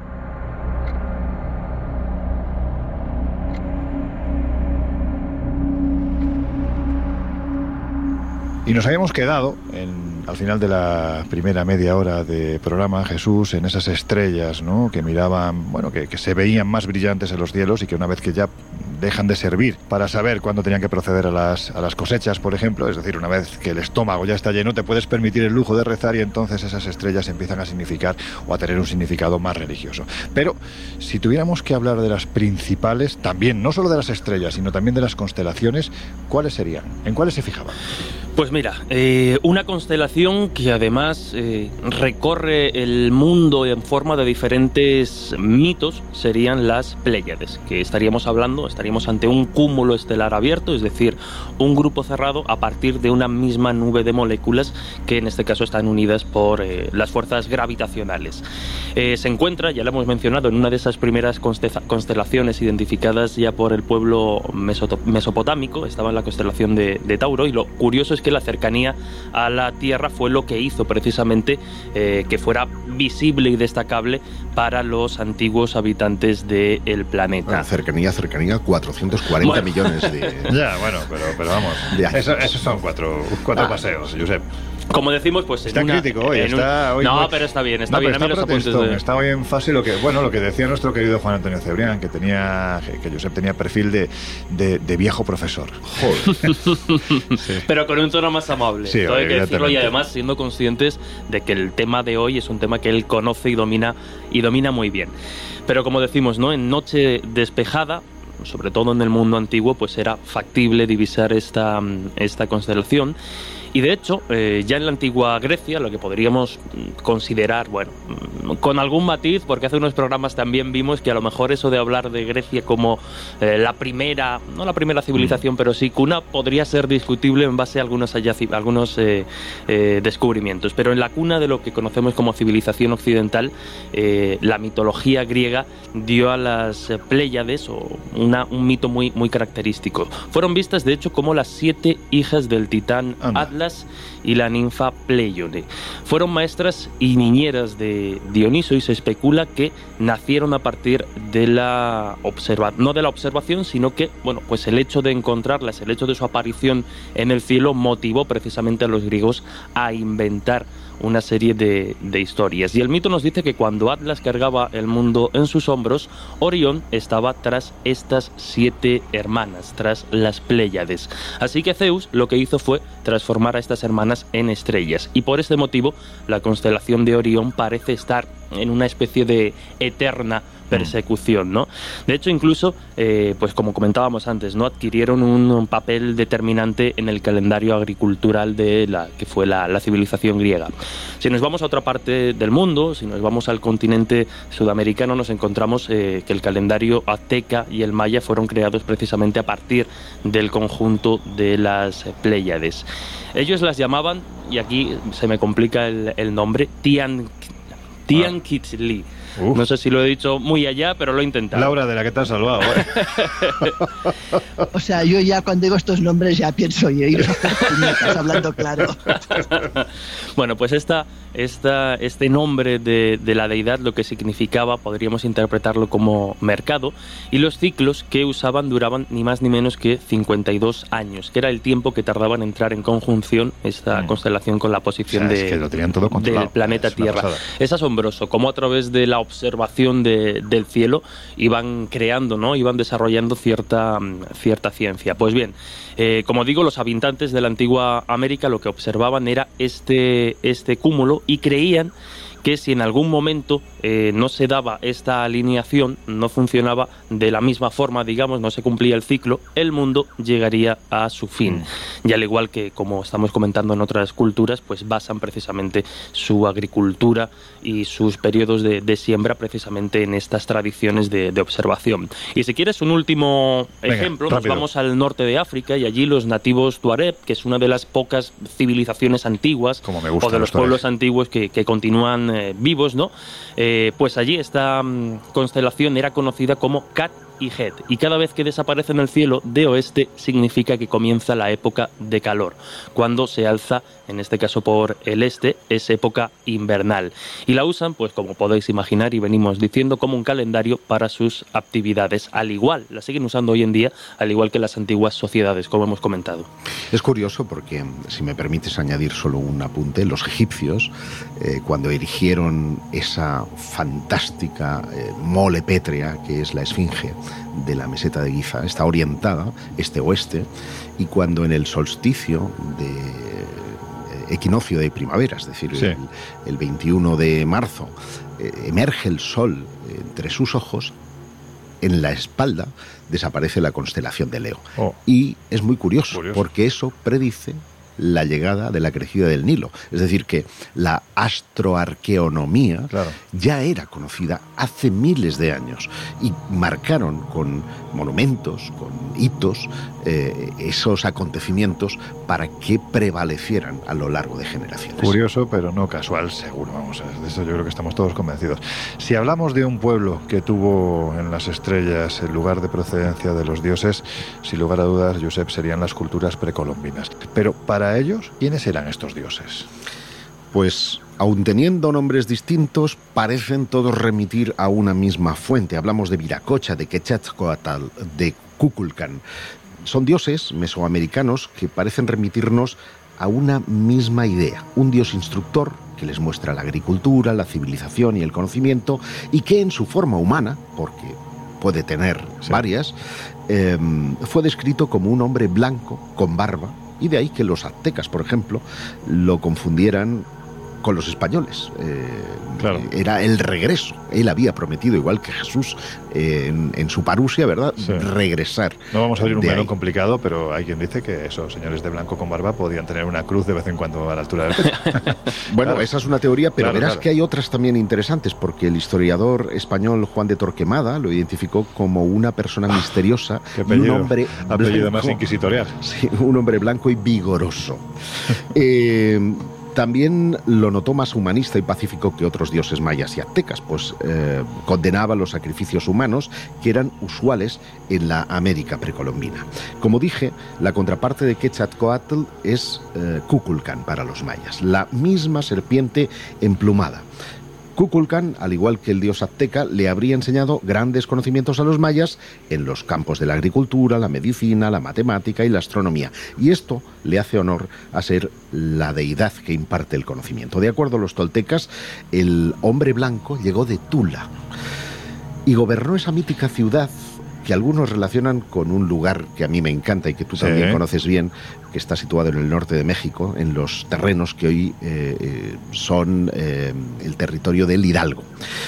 Y nos habíamos quedado, en, al final de la primera media hora de programa, Jesús, en esas estrellas, ¿no?, que miraban, bueno, que, que se veían más brillantes en los cielos y que una vez que ya dejan de servir para saber cuándo tenían que proceder a las, a las cosechas, por ejemplo, es decir, una vez que el estómago ya está lleno, te puedes permitir el lujo de rezar y entonces esas estrellas empiezan a significar o a tener un significado más religioso. Pero si tuviéramos que hablar de las principales, también, no solo de las estrellas, sino también de las constelaciones, ¿cuáles serían? ¿En cuáles se fijaban? Pues mira, eh, una constelación que además eh, recorre el mundo en forma de diferentes mitos serían las Pléyades, que estaríamos hablando, estaríamos ante un cúmulo estelar abierto, es decir, un grupo cerrado a partir de una misma nube de moléculas que en este caso están unidas por eh, las fuerzas gravitacionales. Eh, se encuentra, ya lo hemos mencionado, en una de esas primeras constelaciones identificadas ya por el pueblo mesopotámico, estaba en la constelación de, de Tauro, y lo curioso es que que la cercanía a la Tierra fue lo que hizo precisamente eh, que fuera visible y destacable para los antiguos habitantes del planeta. Bueno, cercanía, cercanía, cuatrocientos cuarenta bueno. millones de... Ya, bueno, pero, pero vamos, eso, esos son cuatro, cuatro ah. paseos, Josep. Como decimos, pues está en una, crítico hoy, en está un... hoy No, muy... pero está bien, está no, bien. Está, a mí los apuntes de... está hoy en fase lo que, bueno, lo que decía nuestro querido Juan Antonio Cebrián, que tenía, que Josep tenía perfil de, de, de viejo profesor. Joder. Sí. Pero con un tono más amable. Sí, Todo hay que decirlo, y además siendo conscientes de que el tema de hoy es un tema que él conoce y domina y domina muy bien. Pero como decimos, ¿no?, en noche despejada, sobre todo en el mundo antiguo, pues era factible divisar esta, esta constelación. Y de hecho, eh, ya en la antigua Grecia, lo que podríamos considerar, bueno, con algún matiz, porque hace unos programas también vimos que a lo mejor eso de hablar de Grecia como eh, la primera, no la primera civilización, mm. pero sí cuna, podría ser discutible en base a algunos, algunos eh, eh, descubrimientos. Pero en la cuna de lo que conocemos como civilización occidental, eh, la mitología griega dio a las Pléyades o una, un mito muy, muy característico. Fueron vistas, de hecho, como las siete hijas del titán Atlas y la ninfa Pléyade. Fueron maestras y niñeras de Dioniso y se especula que nacieron a partir de la observa no de la observación, sino que, bueno, pues el hecho de encontrarlas, el hecho de su aparición en el cielo motivó precisamente a los griegos a inventar una serie de, de historias. Y el mito nos dice que cuando Atlas cargaba el mundo en sus hombros, Orión estaba tras estas siete hermanas, tras las Pléyades. Así que Zeus lo que hizo fue transformar a estas hermanas en estrellas. Y por este motivo, la constelación de Orión parece estar en una especie de eterna persecución, ¿no? De hecho, incluso, eh, pues como comentábamos antes, ¿no?, adquirieron un, un papel determinante en el calendario agricultural de la que fue la, la civilización griega. Si nos vamos a otra parte del mundo, si nos vamos al continente sudamericano, nos encontramos eh, que el calendario azteca y el maya fueron creados precisamente a partir del conjunto de las Pléyades. Ellos las llamaban, y aquí se me complica el, el nombre, Tian, Tianquetzli. Uf. No sé si lo he dicho muy allá, pero lo he intentado. Laura, de la que te has salvado, ¿eh? O sea, yo ya cuando digo estos nombres ya pienso y iros a hacer puñetas, hablando claro. Bueno, pues esta, esta, este nombre de, de la deidad lo que significaba, podríamos interpretarlo como mercado, y los ciclos que usaban duraban ni más ni menos que cincuenta y dos años, que era el tiempo que tardaban en entrar en conjunción esta mm. constelación con la posición, o sea, de, es que lo tenían todo controlado. del planeta es Tierra. Es asombroso cómo a través de la observación de, del cielo iban creando, ¿no? Iban desarrollando cierta, cierta ciencia. Pues bien, eh, como digo, los habitantes de la antigua América lo que observaban era este, este cúmulo y creían que si en algún momento eh, no se daba esta alineación, no funcionaba de la misma forma, digamos, no se cumplía el ciclo, el mundo llegaría a su fin. Mm. Y al igual que, como estamos comentando en otras culturas, pues basan precisamente su agricultura y sus periodos de, de siembra precisamente en estas tradiciones de, de observación. Y si quieres un último Venga, ejemplo, rápido. Nos vamos al norte de África y allí los nativos tuareg, que es una de las pocas civilizaciones antiguas, Como me gusta o de los pueblos antiguos que, que continúan eh, vivos, ¿no? Eh, pues allí esta um, constelación era conocida como Cat y Het, y cada vez que desaparece en el cielo de oeste significa que comienza la época de calor. Cuando se alza, en este caso por el este, es época invernal. Y la usan, pues como podéis imaginar y venimos diciendo, como un calendario para sus actividades. Al igual, la siguen usando hoy en día, al igual que las antiguas sociedades, como hemos comentado. Es curioso porque, si me permites añadir solo un apunte, los egipcios, eh, cuando erigieron esa fantástica eh, mole pétrea que es la Esfinge de la meseta de Giza, está orientada este-oeste, y cuando en el solsticio de eh, equinoccio de primavera, es decir, sí. el, el veintiuno de marzo, eh, emerge el sol entre sus ojos, en la espalda desaparece la constelación de Leo. Oh. Y es muy curioso, curioso, porque eso predice la llegada de la crecida del Nilo. Es decir, que la astroarqueonomía claro. ya era conocida hace miles de años y marcaron con monumentos, con hitos, eh, esos acontecimientos para que prevalecieran a lo largo de generaciones. Curioso, pero no casual, seguro. Vamos, de eso yo creo que estamos todos convencidos. Si hablamos de un pueblo que tuvo en las estrellas el lugar de procedencia de los dioses, sin lugar a dudas, Josep, serían las culturas precolombinas. Pero para a ellos, ¿quiénes eran estos dioses? Pues, aun teniendo nombres distintos, parecen todos remitir a una misma fuente. Hablamos de Viracocha, de Quetzalcóatl, de Kukulcán. Son dioses mesoamericanos que parecen remitirnos a una misma idea. Un dios instructor que les muestra la agricultura, la civilización y el conocimiento, y que en su forma humana, porque puede tener sí. varias, eh, fue descrito como un hombre blanco, con barba, y de ahí que los aztecas, por ejemplo, lo confundieran con los españoles. Eh, claro. Era el regreso. Él había prometido, igual que Jesús, eh, en, en su parusia, ¿verdad?, sí. regresar. No vamos a abrir un melón complicado, pero hay quien dice que esos señores de blanco con barba podían tener una cruz de vez en cuando a la altura del pecho. Bueno, claro. esa es una teoría, pero claro, verás claro. claro. que hay otras también interesantes, porque el historiador español Juan de Torquemada lo identificó como una persona misteriosa y un hombre apellido blanco, más inquisitorial. Sí, un hombre blanco y vigoroso. eh... También lo notó más humanista y pacífico que otros dioses mayas y aztecas, pues eh, condenaba los sacrificios humanos que eran usuales en la América precolombina. Como dije, la contraparte de Quetzalcóatl es eh, Kukulcán para los mayas, la misma serpiente emplumada. Kukulcán, al igual que el dios azteca, le habría enseñado grandes conocimientos a los mayas en los campos de la agricultura, la medicina, la matemática y la astronomía. Y esto le hace honor a ser la deidad que imparte el conocimiento. De acuerdo a los toltecas, el hombre blanco llegó de Tula y gobernó esa mítica ciudad que algunos relacionan con un lugar que a mí me encanta y que tú sí. también conoces bien, que está situado en el norte de México, en los terrenos que hoy eh, son eh, el territorio del Hidalgo.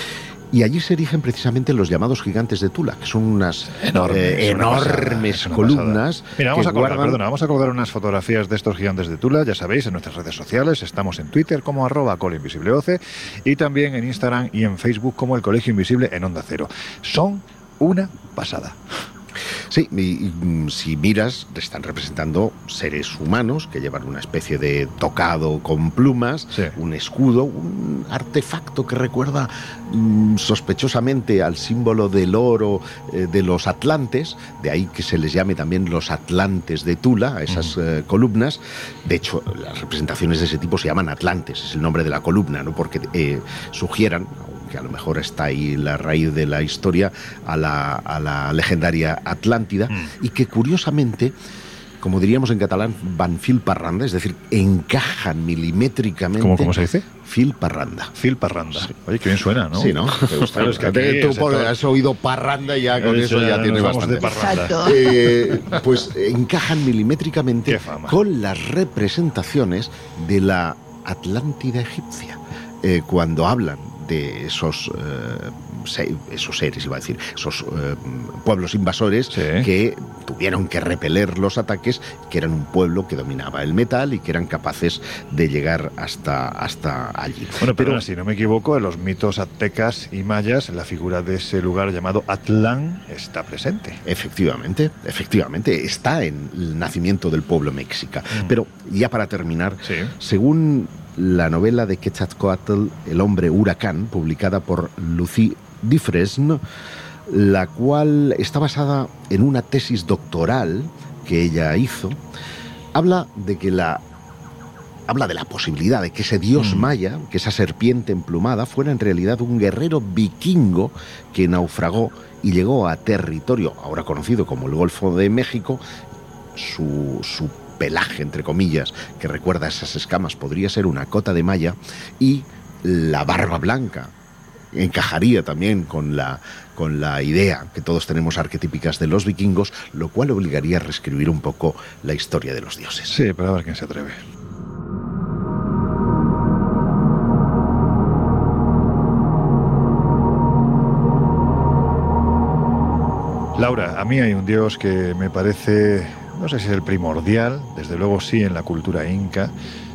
Y allí se erigen precisamente los llamados gigantes de Tula, que son unas enormes, eh, enormes una columnas. Mira, vamos que a colgar, guardan... perdona, vamos a colgar unas fotografías de estos gigantes de Tula, ya sabéis, en nuestras redes sociales. Estamos en Twitter como arroba colinvisibleoce y también en Instagram y en Facebook como el Colegio Invisible en Onda Cero. Son una pasada. Sí, y, y si miras, están representando seres humanos que llevan una especie de tocado con plumas, sí. un escudo, un artefacto que recuerda mmm, sospechosamente al símbolo del oro eh, de los atlantes, de ahí que se les llame también los atlantes de Tula, a esas uh-huh. eh, columnas. De hecho, las representaciones de ese tipo se llaman atlantes, es el nombre de la columna, ¿no? Porque eh, sugieran, que a lo mejor está ahí la raíz de la historia, a la, a la legendaria Atlántida, mm. y que curiosamente como diríamos en catalán, van fil parranda, es decir, encajan milimétricamente. ¿Cómo, cómo se dice? Fil parranda. Fil parranda. Sí. Oye, qué bien suena, ¿no? Sí, ¿no? Te gusta. Claro, es que aquí Tú el sector... has oído parranda y ya con Eh, eso ya ya nos tienes vamos bastante. de parranda. Exacto. Eh, pues encajan milimétricamente Qué fama. con las representaciones de la Atlántida egipcia. Eh, cuando hablan de esos, eh, se, esos seres, iba a decir, esos eh, pueblos invasores Sí. que tuvieron que repeler los ataques, que eran un pueblo que dominaba el metal y que eran capaces de llegar hasta, hasta allí. Bueno, pero Pero si no me equivoco, en los mitos aztecas y mayas, la figura de ese lugar llamado Atlán está presente. efectivamente, efectivamente, está en el nacimiento del pueblo mexica. Mm. Pero ya para terminar, Sí. según la novela de Quetzalcóatl, El hombre huracán, publicada por Lucie Dufresne, la cual está basada en una tesis doctoral que ella hizo, habla de que la habla de la posibilidad de que ese dios Mm. maya, que esa serpiente emplumada, fuera en realidad un guerrero vikingo que naufragó y llegó a territorio ahora conocido como el Golfo de México. Su, su pelaje, entre comillas, que recuerda a esas escamas, podría ser una cota de malla, y la barba blanca encajaría también con la, con la idea que todos tenemos arquetípicas de los vikingos, lo cual obligaría a reescribir un poco la historia de los dioses. Sí, pero a ver quién se atreve. Laura, a mí hay un dios que me parece, no sé si es el primordial, desde luego sí en la cultura inca,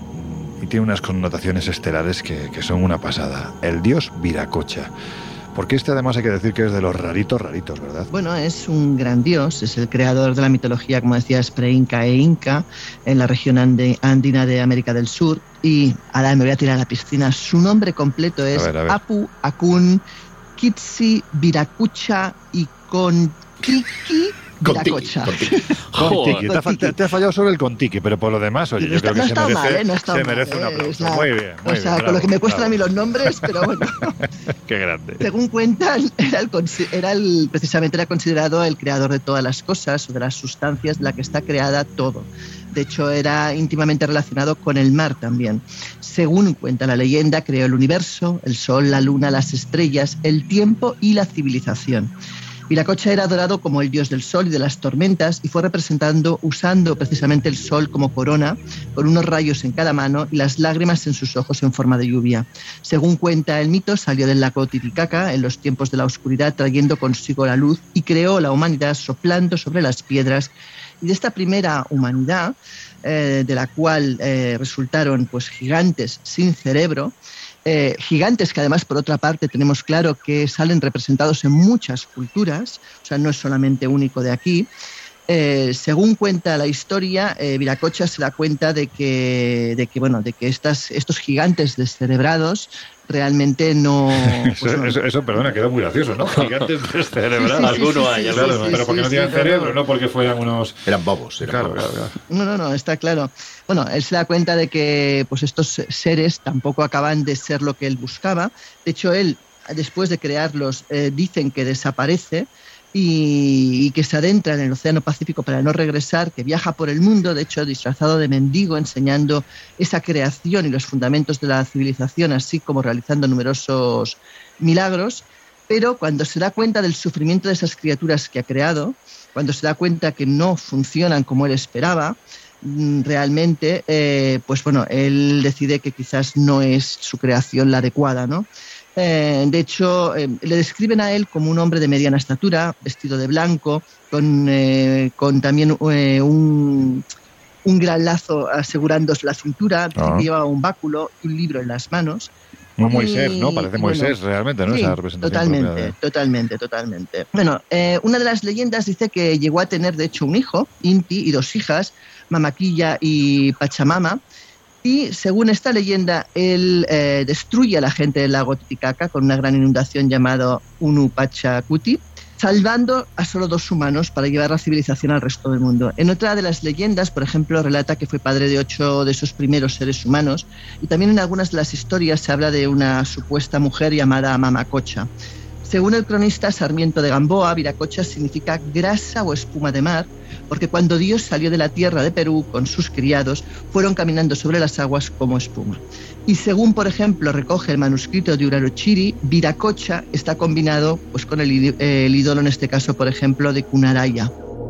y tiene unas connotaciones estelares que, que son una pasada. El dios Viracocha. Porque este además hay que decir que es de los raritos, raritos, ¿verdad? Bueno, es un gran dios, es el creador de la mitología, como decías, pre-inca e inca, en la región ande, andina de América del Sur. Y ahora me voy a tirar a la piscina. Su nombre completo es A ver, a ver. Apu Akun Kitsi Viracocha y Contiki Viracocha. Contiki. Te, ha, Contiki. te- te ha fallado sobre el Contiki, pero por lo demás, oye, No yo está- creo que no se está merece, mal, ¿eh? No está se mal, merece un ¿eh? aplauso. O sea, Muy bien, muy o sea, bien. con lo que me bravo, cuestan a mí bravo. los nombres, pero bueno. Qué grande. Según cuentan, era, el, consi- era el, precisamente era considerado el creador de todas las cosas o de las sustancias de la que está creada todo. De hecho, era íntimamente relacionado con el mar también. Según cuenta la leyenda, creó el universo, el sol, la luna, las estrellas, el tiempo y la civilización. Viracocha era adorado como el dios del sol y de las tormentas y fue representando usando precisamente el sol como corona, con unos rayos en cada mano y las lágrimas en sus ojos en forma de lluvia. Según cuenta el mito, salió del lago Titicaca en los tiempos de la oscuridad, trayendo consigo la luz y creó la humanidad soplando sobre las piedras. Y de esta primera humanidad, eh, de la cual eh, resultaron pues, gigantes sin cerebro, Eh, gigantes que además, por otra parte, tenemos claro que salen representados en muchas culturas, o sea, no es solamente único de aquí. Eh, según cuenta la historia, eh, Viracocha se da cuenta de que, de que, bueno, de que estas, estos gigantes descerebrados realmente no... Eso, pues no- eso, eso, perdona, quedó muy gracioso, ¿no? Gigantes descerebrados. Sí, sí, sí, Alguno sí, hay, sí, alguno Claro, sí, pero sí, porque no sí, tienen sí, cerebro, no, no porque fueran unos... Eran bobos, eran Claro, bobos. claro, claro. No, no, no, está claro. Bueno, él se da cuenta de que pues, estos seres tampoco acaban de ser lo que él buscaba. De hecho, él, después de crearlos, eh, dicen que desaparece y, y que se adentra en el Océano Pacífico para no regresar, que viaja por el mundo, de hecho, disfrazado de mendigo, enseñando esa creación y los fundamentos de la civilización, así como realizando numerosos milagros. Pero cuando se da cuenta del sufrimiento de esas criaturas que ha creado, cuando se da cuenta que no funcionan como él esperaba, realmente, eh, pues bueno, él decide que quizás no es su creación la adecuada, ¿no? Eh, de hecho, eh, le describen a él como un hombre de mediana estatura, vestido de blanco, con, eh, con también eh, un, un gran lazo asegurando la cintura, Ah. que lleva un báculo y un libro en las manos. Un Moisés, ¿no? Parece Y, Moisés bueno, realmente, ¿no? Sí, Esa representación totalmente, propia de- totalmente, totalmente. Bueno, eh, una de las leyendas dice que llegó a tener, de hecho, un hijo, Inti, y dos hijas, Mamaquilla y Pachamama. Y según esta leyenda, él eh, destruye a la gente del lago Titicaca con una gran inundación llamada Unupachacuti, salvando a solo dos humanos para llevar la civilización al resto del mundo. En otra de las leyendas, por ejemplo, relata que fue padre de ocho de esos primeros seres humanos, y también en algunas de las historias se habla de una supuesta mujer llamada Mamacocha. Según el cronista Sarmiento de Gamboa, Viracocha significa grasa o espuma de mar, porque cuando Dios salió de la tierra de Perú con sus criados, fueron caminando sobre las aguas como espuma. Y según, por ejemplo, recoge el manuscrito de Urarochiri, Viracocha está combinado pues, con el, el ídolo, en este caso, por ejemplo, de Kunaraya.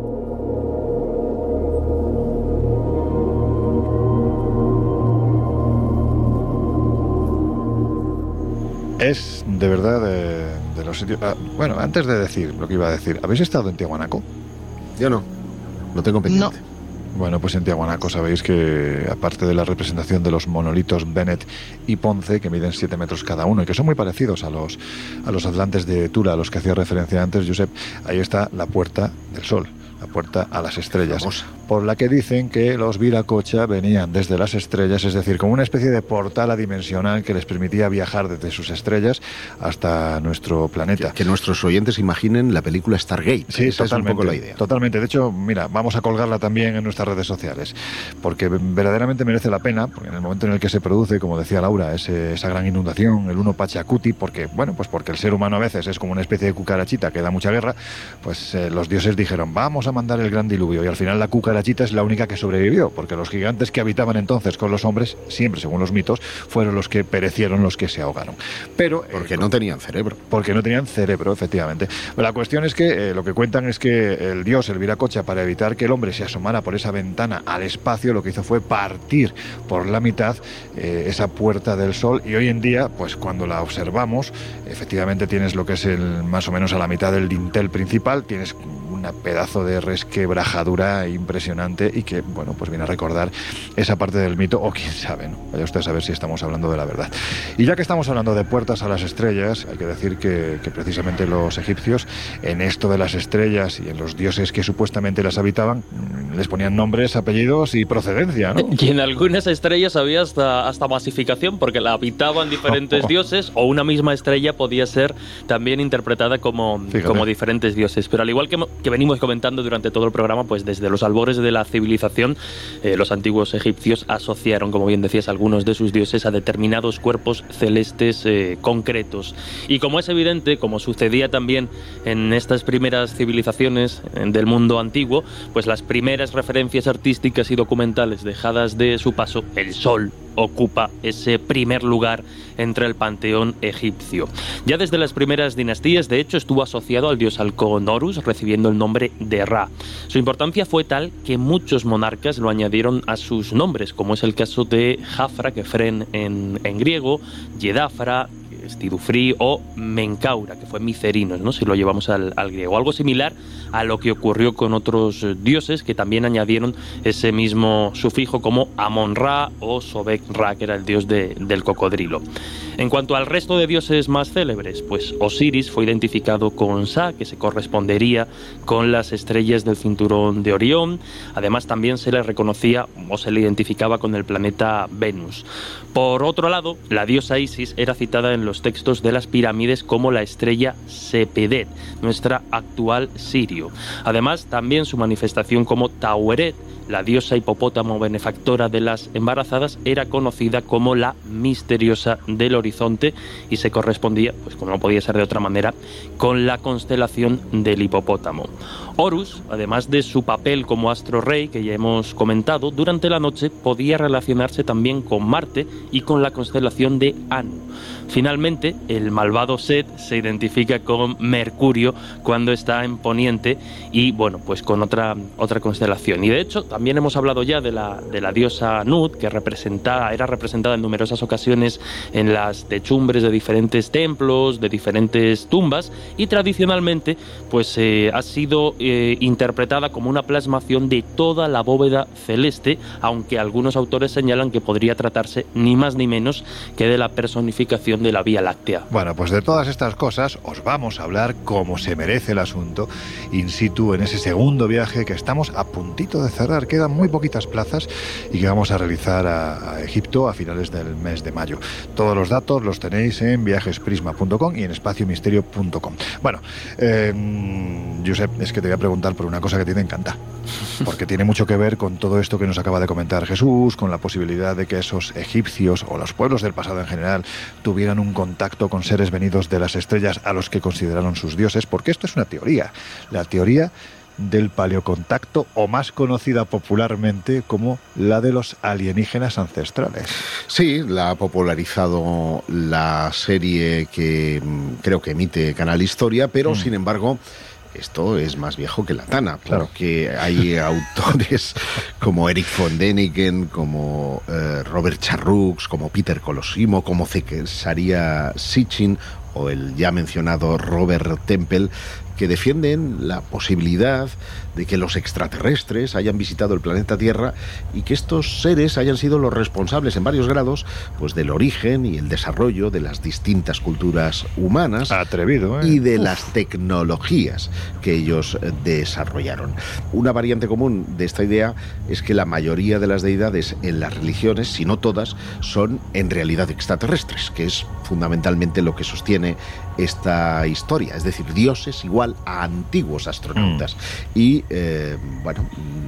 Es de verdad de, de los sitios... Ah, bueno, antes de decir lo que iba a decir, ¿habéis estado en Tiahuanaco? Yo no, no tengo pendiente. No. Bueno, pues en Tiahuanaco sabéis que, aparte de la representación de los monolitos Bennett y Ponce, que miden siete metros cada uno y que son muy parecidos a los, a los atlantes de Tula, a los que hacía referencia antes, Josep, ahí está la Puerta del Sol, la puerta a las estrellas, famosa, por la que dicen que los Viracocha venían desde las estrellas, es decir, como una especie de portal adimensional que les permitía viajar desde sus estrellas hasta nuestro planeta. Que, que nuestros oyentes imaginen la película Stargate. Sí, esa totalmente, es un poco la idea. Totalmente. De hecho, mira, vamos a colgarla también en nuestras redes sociales, porque verdaderamente merece la pena, porque en el momento en el que se produce, como decía Laura, ese, esa gran inundación, el uno Pachacuti, porque, bueno, pues porque el ser humano a veces es como una especie de cucarachita que da mucha guerra, pues eh, los dioses dijeron, vamos a mandar el gran diluvio, y al final la cucarachita es la única que sobrevivió, porque los gigantes que habitaban entonces con los hombres, siempre según los mitos, fueron los que perecieron, los que se ahogaron. Pero porque eh, no tenían cerebro. Porque no tenían cerebro, efectivamente. Pero la cuestión es que eh, lo que cuentan es que el dios, el Viracocha, para evitar que el hombre se asomara por esa ventana al espacio, lo que hizo fue partir por la mitad eh, esa Puerta del Sol, y hoy en día, pues cuando la observamos, efectivamente tienes lo que es el más o menos a la mitad del dintel principal, tienes una pedazo de resquebrajadura impresionante y que, bueno, pues viene a recordar esa parte del mito, o quién sabe, ¿no? Vaya usted a saber si estamos hablando de la verdad. Y ya que estamos hablando de puertas a las estrellas, hay que decir que, que precisamente los egipcios, en esto de las estrellas y en los dioses que supuestamente las habitaban, les ponían nombres, apellidos y procedencia, ¿no? Y en algunas estrellas había hasta, hasta masificación, porque la habitaban diferentes dioses, o una misma estrella podía ser también interpretada como, como diferentes dioses. Pero al igual que, que venimos comentando durante todo el programa, pues desde los albores de la civilización, eh, los antiguos egipcios asociaron, como bien decías, algunos de sus dioses a determinados cuerpos celestes eh, concretos. Y como es evidente, como sucedía también en estas primeras civilizaciones del mundo antiguo, pues las primeras referencias artísticas y documentales dejadas de su paso, el sol ocupa ese primer lugar entre el panteón egipcio. Ya desde las primeras dinastías, de hecho, estuvo asociado al dios halcón Horus, recibiendo el nombre de Ra. Su importancia fue tal que muchos monarcas lo añadieron a sus nombres, como es el caso de Jafra, que Fren en, en griego, Yedafra, Stidufri o Menkaura, que fue Micerinos, ¿no? Si lo llevamos al, al griego. Algo similar a lo que ocurrió con otros dioses que también añadieron ese mismo sufijo, como Amon-Ra o Sobek-Ra, que era el dios de, del cocodrilo. En cuanto al resto de dioses más célebres, pues Osiris fue identificado con Sa, que se correspondería con las estrellas del cinturón de Orión. Además, también se le reconocía o se le identificaba con el planeta Venus. Por otro lado, la diosa Isis era citada en los textos de las pirámides como la estrella Sepedet, nuestra actual Sirio. Además, también su manifestación como Taueret, la diosa hipopótamo benefactora de las embarazadas, era conocida como la misteriosa del horizonte y se correspondía, pues como no podía ser de otra manera, con la constelación del hipopótamo. Horus, además de su papel como astro rey, que ya hemos comentado, durante la noche podía relacionarse también con Marte y con la constelación de Anu. Finalmente, el malvado Set se identifica con Mercurio cuando está en Poniente y, bueno, pues con otra, otra constelación. Y de hecho, también hemos hablado ya de la, de la diosa Nut, que representa, era representada en numerosas ocasiones en las techumbres de diferentes templos, de diferentes tumbas, y tradicionalmente pues eh, ha sido eh, interpretada como una plasmación de toda la bóveda celeste, aunque algunos autores señalan que podría tratarse ni más ni menos que de la personificación de la Vía Láctea. Bueno, pues de todas estas cosas os vamos a hablar como se merece el asunto, in situ, en ese segundo viaje que estamos a puntito de cerrar. Quedan muy poquitas plazas y que vamos a realizar a, a Egipto a finales del mes de mayo. Todos los datos los tenéis en viajesprisma punto com y en espacio misterio punto com. Bueno, eh, Josep, es que te voy a preguntar por una cosa que a ti te encanta, porque tiene mucho que ver con todo esto que nos acaba de comentar Jesús, con la posibilidad de que esos egipcios o los pueblos del pasado en general tuvieran un contacto con seres venidos de las estrellas a los que consideraron sus dioses, porque esto es una teoría, la teoría del paleocontacto, o más conocida popularmente como la de los alienígenas ancestrales. Sí, la ha popularizado la serie que creo que emite Canal Historia, pero mm. sin embargo esto es más viejo que la tana, claro. Porque hay autores como Eric von Däniken, como eh, Robert Charroux, como Peter Colosimo, como Zecharia Sitchin o el ya mencionado Robert Temple, que defienden la posibilidad de que los extraterrestres hayan visitado el planeta Tierra y que estos seres hayan sido los responsables en varios grados pues del origen y el desarrollo de las distintas culturas humanas. Atrevido, ¿eh? Y de Uf. las tecnologías que ellos desarrollaron. Una variante común de esta idea es que la mayoría de las deidades en las religiones, si no todas, son en realidad extraterrestres, que es fundamentalmente lo que sostiene esta historia, es decir, dioses igual a antiguos astronautas. Mm. Y, eh, bueno,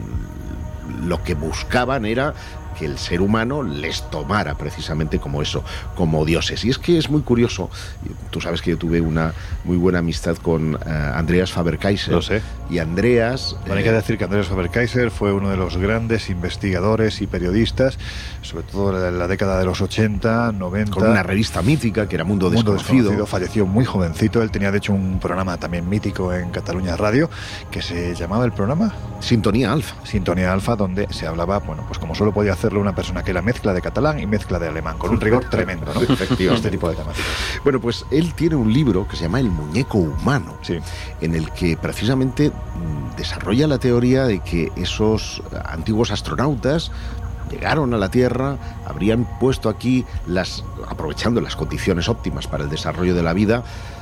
lo que buscaban era que el ser humano les tomara precisamente como eso, como dioses. Y es que es muy curioso, tú sabes que yo tuve una muy buena amistad con uh, Andreas Faber-Kaiser. Lo sé. Y Andreas... Bueno, hay que decir que Andreas Faber-Kaiser fue uno de los grandes investigadores y periodistas, sobre todo en la década de los ochenta, noventa. Con una revista mítica que era Mundo, Mundo Desconocido. Desconocido. Falleció muy jovencito. Él tenía de hecho un programa también mítico en Cataluña Radio, que se llamaba el programa... Sintonía Alfa. Sintonía Alfa, donde se hablaba, bueno, pues como solo podía hacerlo una persona que era mezcla de catalán y mezcla de alemán, con un rigor tremendo, ¿no? Efectivamente. Este tipo de temáticas. Bueno, pues él tiene un libro que se llama El muñeco humano, sí. en el que precisamente desarrolla la teoría de que esos antiguos astronautas llegaron a la Tierra, habrían puesto aquí, las, aprovechando las condiciones óptimas para el desarrollo de la vida,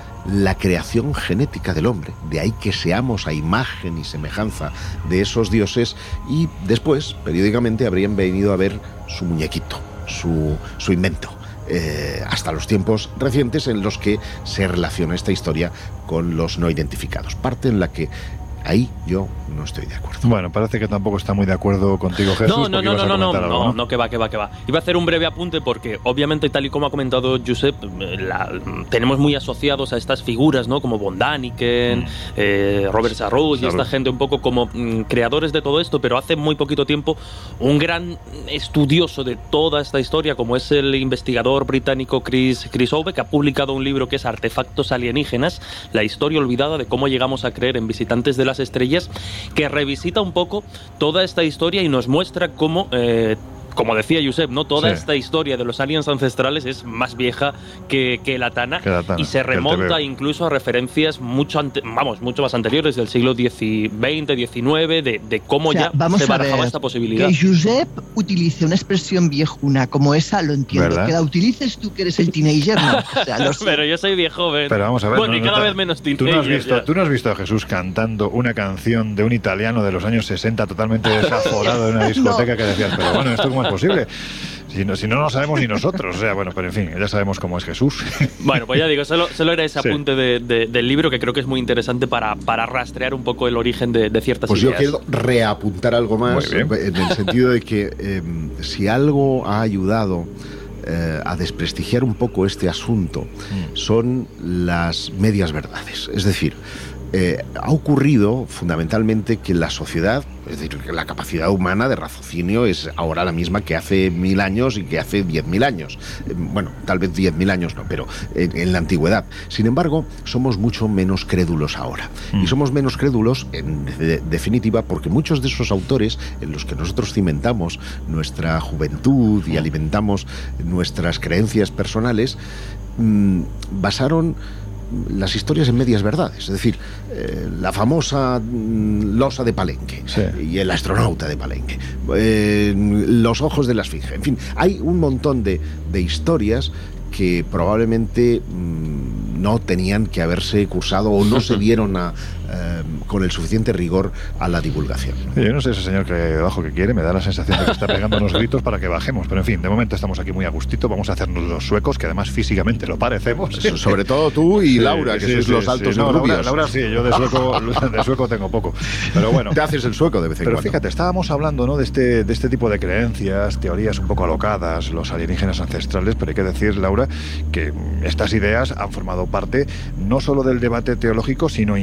la creación genética del hombre, de ahí que seamos a imagen y semejanza de esos dioses, y después, periódicamente, habrían venido a ver su muñequito, su, su invento, eh, hasta los tiempos recientes en los que se relaciona esta historia con los no identificados, parte en la que ahí yo no estoy de acuerdo. Bueno, parece que tampoco está muy de acuerdo contigo, Jesús. No, no, no, no, no, no, algo, no, no, que va, que va, que va. Iba a hacer un breve apunte porque, obviamente, tal y como ha comentado Josep, la, tenemos muy asociados a estas figuras, ¿no? Como von Däniken, mm. eh, Robert Charroux y esta gente un poco como mm, creadores de todo esto, pero hace muy poquito tiempo un gran estudioso de toda esta historia, como es el investigador británico Chris, Chris Obe, que ha publicado un libro que es Artefactos alienígenas, la historia olvidada de cómo llegamos a creer en visitantes de las estrellas, que revisita un poco toda esta historia y nos muestra cómo, eh, como decía Josep, ¿no? Toda sí. esta historia de los aliens ancestrales es más vieja que, que la Tana, que la Tana y se remonta incluso a referencias mucho ante, vamos, mucho más anteriores, del siglo veinte, diecinueve, de, de cómo o sea, ya se barajaba esta posibilidad. Que Josep utilice una expresión viejuna como esa, lo entiendo. ¿Verdad? Que la utilices tú, que eres el teenager, no. O sea, lo sé. Pero yo soy viejo joven. Pero vamos a ver. Bueno, no, y cada no, vez menos teenager. ¿tú no, has visto, tú no has visto a Jesús cantando una canción de un italiano de los años sesenta totalmente desaforado en una discoteca no. que decías, pero bueno, ¿esto cómo es posible? Si no, si no, no sabemos ni nosotros. O sea, bueno, pero en fin, ya sabemos cómo es Jesús. Bueno, pues ya digo, solo, solo era ese apunte sí. de, de, del libro que creo que es muy interesante para, para rastrear un poco el origen de, de ciertas pues ideas. Pues yo quiero reapuntar algo más, en el sentido de que eh, si algo ha ayudado eh, a desprestigiar un poco este asunto, mm. son las medias verdades. Es decir, Eh, ha ocurrido fundamentalmente que la sociedad, es decir, que la capacidad humana de raciocinio es ahora la misma que hace mil años y que hace diez mil años. Eh, bueno, tal vez diez mil años no, pero en, en la antigüedad. Sin embargo, somos mucho menos crédulos ahora. Mm. Y somos menos crédulos, en de, definitiva, porque muchos de esos autores en los que nosotros cimentamos nuestra juventud y alimentamos nuestras creencias personales, mmm, basaron las historias en medias verdades, es decir, eh, la famosa mm, losa de Palenque sí. y el astronauta de Palenque, eh, los ojos de la esfinge, en fin, hay un montón de, de historias que probablemente mmm, no tenían que haberse cursado o no se dieron a, eh, con el suficiente rigor a la divulgación. Yo no sé ese señor que hay debajo que quiere, me da la sensación de que está pegando unos gritos para que bajemos, pero en fin, de momento estamos aquí muy a gustito, vamos a hacernos los suecos, que además físicamente lo parecemos. Eso, sobre todo tú y sí, Laura, que sí, sois sí, los altos sí, y no, rubios. Laura, Laura sí, yo de sueco, de sueco tengo poco, pero bueno. Te haces el sueco de vez en pero cuando. Pero fíjate, estábamos hablando, ¿no?, de este, de este tipo de creencias, teorías un poco alocadas, los alienígenas ancestrales, pero hay que decir, Laura, que estas ideas han formado parte no solo del debate teológico, sino incluso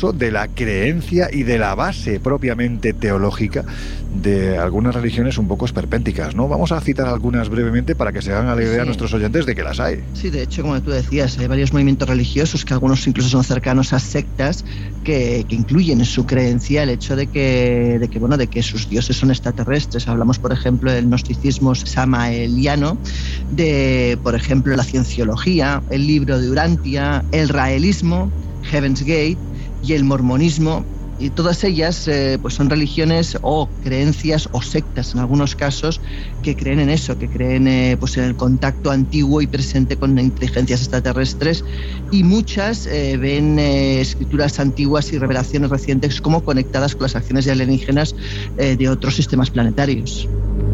incluso de la creencia y de la base propiamente teológica de algunas religiones un poco esperpénticas, ¿no? Vamos a citar algunas brevemente para que se hagan a la idea sí. a nuestros oyentes de que las hay. Sí, de hecho, como tú decías, hay varios movimientos religiosos que algunos incluso son cercanos a sectas que, que incluyen en su creencia el hecho de que, de que, bueno, de que sus dioses son extraterrestres. Hablamos, por ejemplo, del gnosticismo samaeliano, de, por ejemplo, la cienciología, el libro de Urantia, el raelismo, Heaven's Gate y el mormonismo. Y todas ellas eh, pues son religiones o creencias o sectas en algunos casos que creen en eso, que creen eh, pues en el contacto antiguo y presente con inteligencias extraterrestres, y muchas eh, ven eh, escrituras antiguas y revelaciones recientes como conectadas con las acciones de alienígenas eh, de otros sistemas planetarios.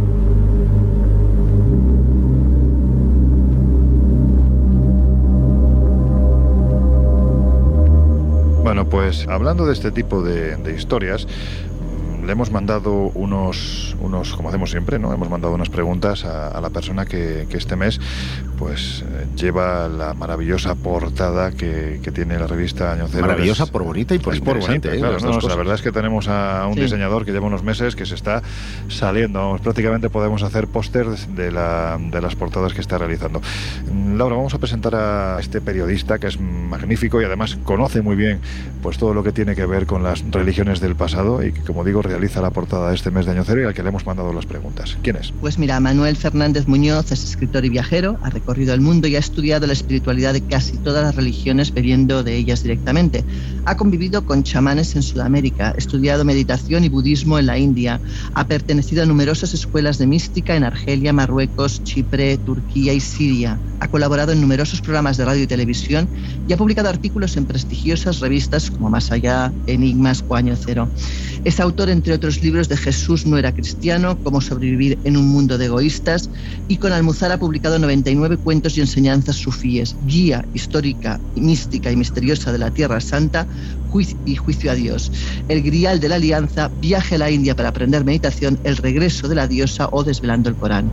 Bueno, pues hablando de este tipo de, de historias, le hemos mandado unos, unos, como hacemos siempre, ¿no? Hemos mandado unas preguntas a, a la persona que, que este mes pues eh, lleva la maravillosa portada que, que tiene la revista Año Cero. Maravillosa es, por bonita y por es por interesante. bonita, ¿eh? Claro, Las no, dos la verdad es que tenemos a un sí. diseñador que lleva unos meses que se está saliendo. Vamos, prácticamente podemos hacer pósters de, la, de las portadas que está realizando. Laura, vamos a presentar a este periodista que es magnífico y además conoce muy bien pues todo lo que tiene que ver con las religiones del pasado y que, como digo, realiza la portada de este mes de Año Cero y al que le hemos mandado las preguntas. ¿Quién es? Pues mira, Manuel Fernández Muñoz es escritor y viajero, ha recorrido el mundo y ha estudiado la espiritualidad de casi todas las religiones, bebiendo de ellas directamente. Ha convivido con chamanes en Sudamérica, ha estudiado meditación y budismo en la India, ha pertenecido a numerosas escuelas de mística en Argelia, Marruecos, Chipre, Turquía y Siria. Ha colaborado en numerosos programas de radio y televisión y ha publicado artículos en prestigiosas revistas como Más Allá, Enigmas o Año Cero. Es autor, entre otros libros, de Jesús no era cristiano, Cómo sobrevivir en un mundo de egoístas, y con Almuzara ha publicado noventa y nueve cuentos y enseñanzas sufíes, guía histórica, mística y misteriosa de la Tierra Santa, Juicio y Juicio a Dios, El Grial de la Alianza, Viaje a la India para aprender meditación, El regreso de la diosa o Desvelando el Corán.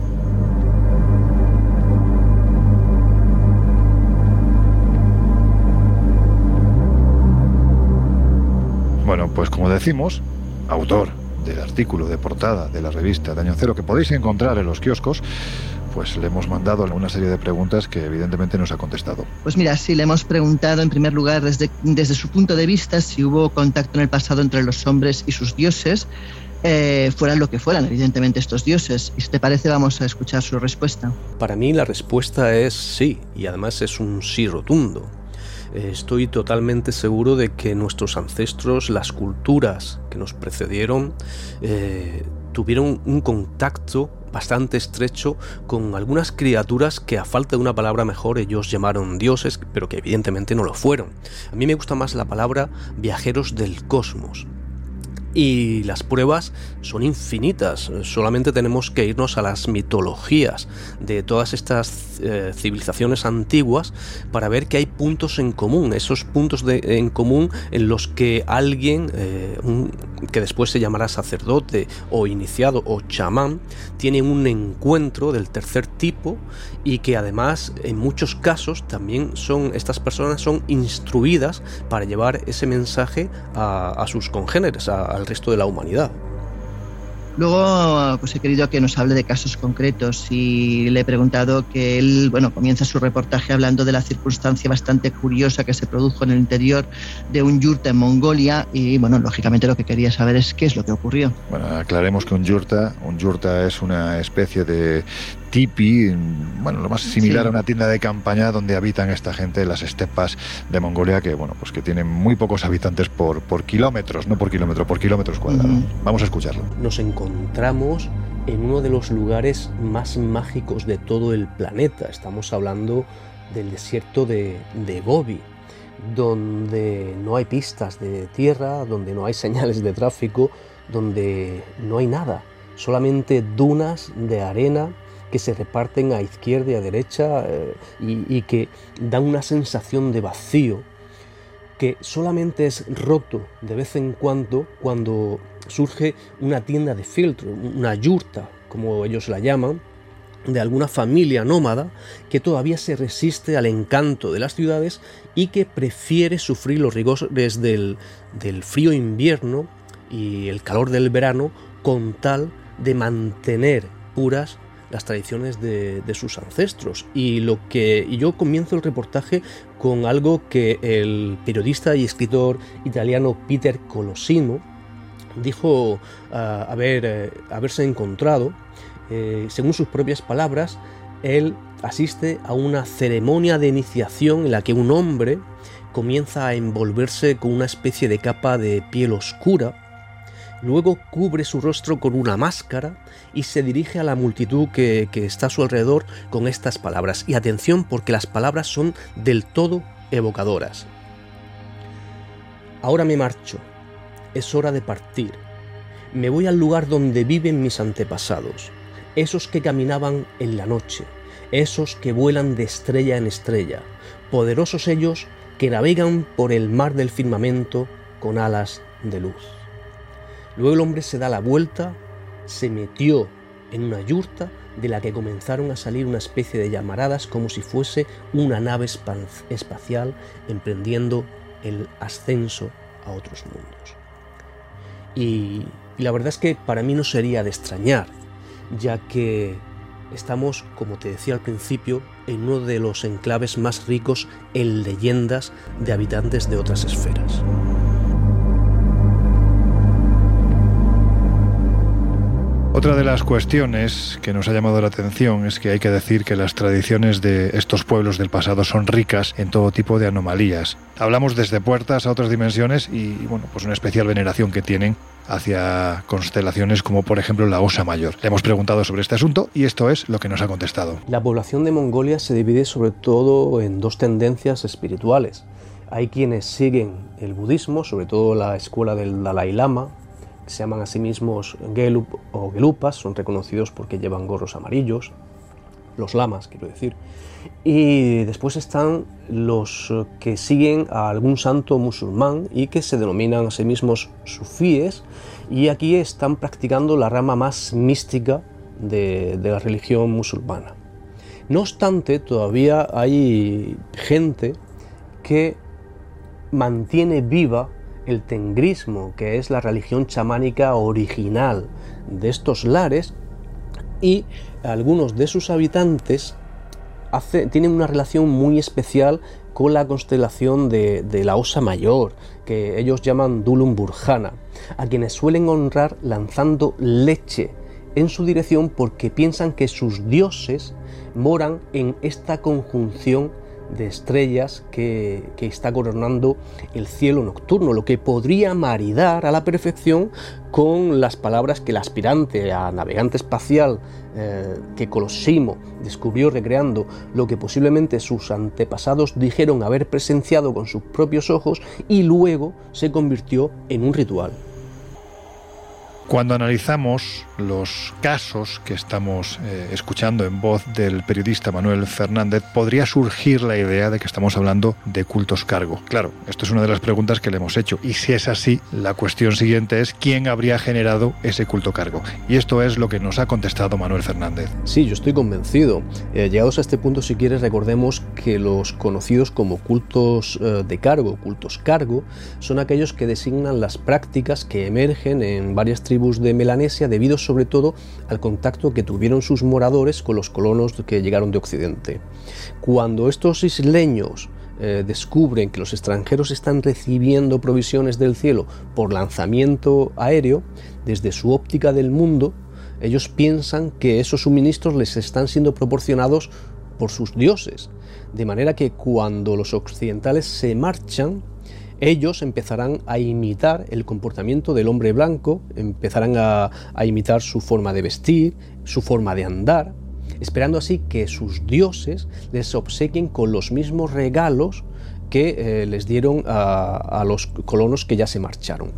Bueno, pues como decimos, autor del artículo de portada de la revista de Año Cero que podéis encontrar en los kioscos, pues le hemos mandado una serie de preguntas que evidentemente nos ha contestado. Pues mira, sí, le hemos preguntado en primer lugar desde, desde su punto de vista si hubo contacto en el pasado entre los hombres y sus dioses, eh, fueran lo que fueran, evidentemente, estos dioses. Y si te parece, vamos a escuchar su respuesta. Para mí la respuesta es sí, y además es un sí rotundo. Estoy totalmente seguro de que nuestros ancestros, las culturas que nos precedieron, eh, tuvieron un contacto bastante estrecho con algunas criaturas que, a falta de una palabra mejor, ellos llamaron dioses, pero que evidentemente no lo fueron. A mí me gusta más la palabra viajeros del cosmos. Y las pruebas son infinitas, solamente tenemos que irnos a las mitologías de todas estas eh, civilizaciones antiguas para ver que hay puntos en común, esos puntos de, en común en los que alguien, eh, un, que después se llamará sacerdote o iniciado o chamán, tiene un encuentro del tercer tipo y que además en muchos casos también son, estas personas son instruidas para llevar ese mensaje a, a sus congéneres, a, al resto de la humanidad. Luego, pues he querido que nos hable de casos concretos y le he preguntado que él, bueno, comienza su reportaje hablando de la circunstancia bastante curiosa que se produjo en el interior de un yurta en Mongolia y, bueno, lógicamente lo que quería saber es qué es lo que ocurrió. Bueno, aclaremos que un yurta, un yurta es una especie de tipi, bueno, lo más similar sí. a una tienda de campaña donde habitan esta gente en las estepas de Mongolia que, bueno, pues que tienen muy pocos habitantes por, por kilómetros, no por kilómetro, por kilómetros cuadrados. Uh-huh. Vamos a escucharlo. Nos encontramos en uno de los lugares más mágicos de todo el planeta. Estamos hablando del desierto de, de Gobi, donde no hay pistas de tierra, donde no hay señales de tráfico, donde no hay nada, solamente dunas de arena que se reparten a izquierda y a derecha eh, y, y que dan una sensación de vacío que solamente es roto de vez en cuando cuando surge una tienda de filtro, una yurta, como ellos la llaman, de alguna familia nómada que todavía se resiste al encanto de las ciudades y que prefiere sufrir los rigores del, del frío invierno y el calor del verano con tal de mantener puras las tradiciones de, de sus ancestros. Y lo que y yo comienzo el reportaje con algo que el periodista y escritor italiano Peter Colosimo dijo uh, haber, eh, haberse encontrado. Eh, según sus propias palabras, él asiste a una ceremonia de iniciación en la que un hombre comienza a envolverse con una especie de capa de piel oscura, luego cubre su rostro con una máscara y se dirige a la multitud que, que está a su alrededor con estas palabras. Y atención, porque las palabras son del todo evocadoras. Ahora me marcho, es hora de partir. Me voy al lugar donde viven mis antepasados, esos que caminaban en la noche, esos que vuelan de estrella en estrella, poderosos ellos que navegan por el mar del firmamento con alas de luz. Luego el hombre se da la vuelta, se metió en una yurta de la que comenzaron a salir una especie de llamaradas como si fuese una nave espacial emprendiendo el ascenso a otros mundos. Y, y la verdad es que para mí no sería de extrañar, ya que estamos, como te decía al principio, en uno de los enclaves más ricos en leyendas de habitantes de otras esferas. Otra de las cuestiones que nos ha llamado la atención es que hay que decir que las tradiciones de estos pueblos del pasado son ricas en todo tipo de anomalías. Hablamos desde puertas a otras dimensiones y, bueno, pues una especial veneración que tienen hacia constelaciones como por ejemplo la Osa Mayor. Le hemos preguntado sobre este asunto y esto es lo que nos ha contestado. La población de Mongolia se divide sobre todo en dos tendencias espirituales. Hay quienes siguen el budismo, sobre todo la escuela del Dalai Lama, que se llaman a sí mismos Gelup o Gelupas, son reconocidos porque llevan gorros amarillos, los lamas quiero decir. Y después están los que siguen a algún santo musulmán y que se denominan a sí mismos sufíes, y aquí están practicando la rama más mística de, de la religión musulmana. No obstante, todavía hay gente que mantiene viva el tengrismo, que es la religión chamánica original de estos lares, y algunos de sus habitantes hace, tienen una relación muy especial con la constelación de, de la Osa Mayor, que ellos llaman Dulum Burjana, a quienes suelen honrar lanzando leche en su dirección porque piensan que sus dioses moran en esta conjunción de estrellas que, que está coronando el cielo nocturno, lo que podría maridar a la perfección con las palabras que el aspirante a navegante espacial eh, que Colosimo descubrió recreando lo que posiblemente sus antepasados dijeron haber presenciado con sus propios ojos y luego se convirtió en un ritual. Cuando analizamos los casos que estamos eh, escuchando en voz del periodista Manuel Fernández, podría surgir la idea de que estamos hablando de cultos cargo. Claro, esto es una de las preguntas que le hemos hecho. Y si es así, la cuestión siguiente es ¿quién habría generado ese culto cargo? Y esto es lo que nos ha contestado Manuel Fernández. Sí, yo estoy convencido. Eh, llegados a este punto, si quieres, recordemos que los conocidos como cultos eh, de cargo, cultos cargo, son aquellos que designan las prácticas que emergen en varias tribus de Melanesia debido sobre todo al contacto que tuvieron sus moradores con los colonos que llegaron de Occidente. Cuando estos isleños eh, descubren que los extranjeros están recibiendo provisiones del cielo por lanzamiento aéreo, desde su óptica del mundo, ellos piensan que esos suministros les están siendo proporcionados por sus dioses, de manera que cuando los occidentales se marchan, ellos empezarán a imitar el comportamiento del hombre blanco, empezarán a, a imitar su forma de vestir, su forma de andar, esperando así que sus dioses les obsequien con los mismos regalos que eh, les dieron a, a los colonos que ya se marcharon.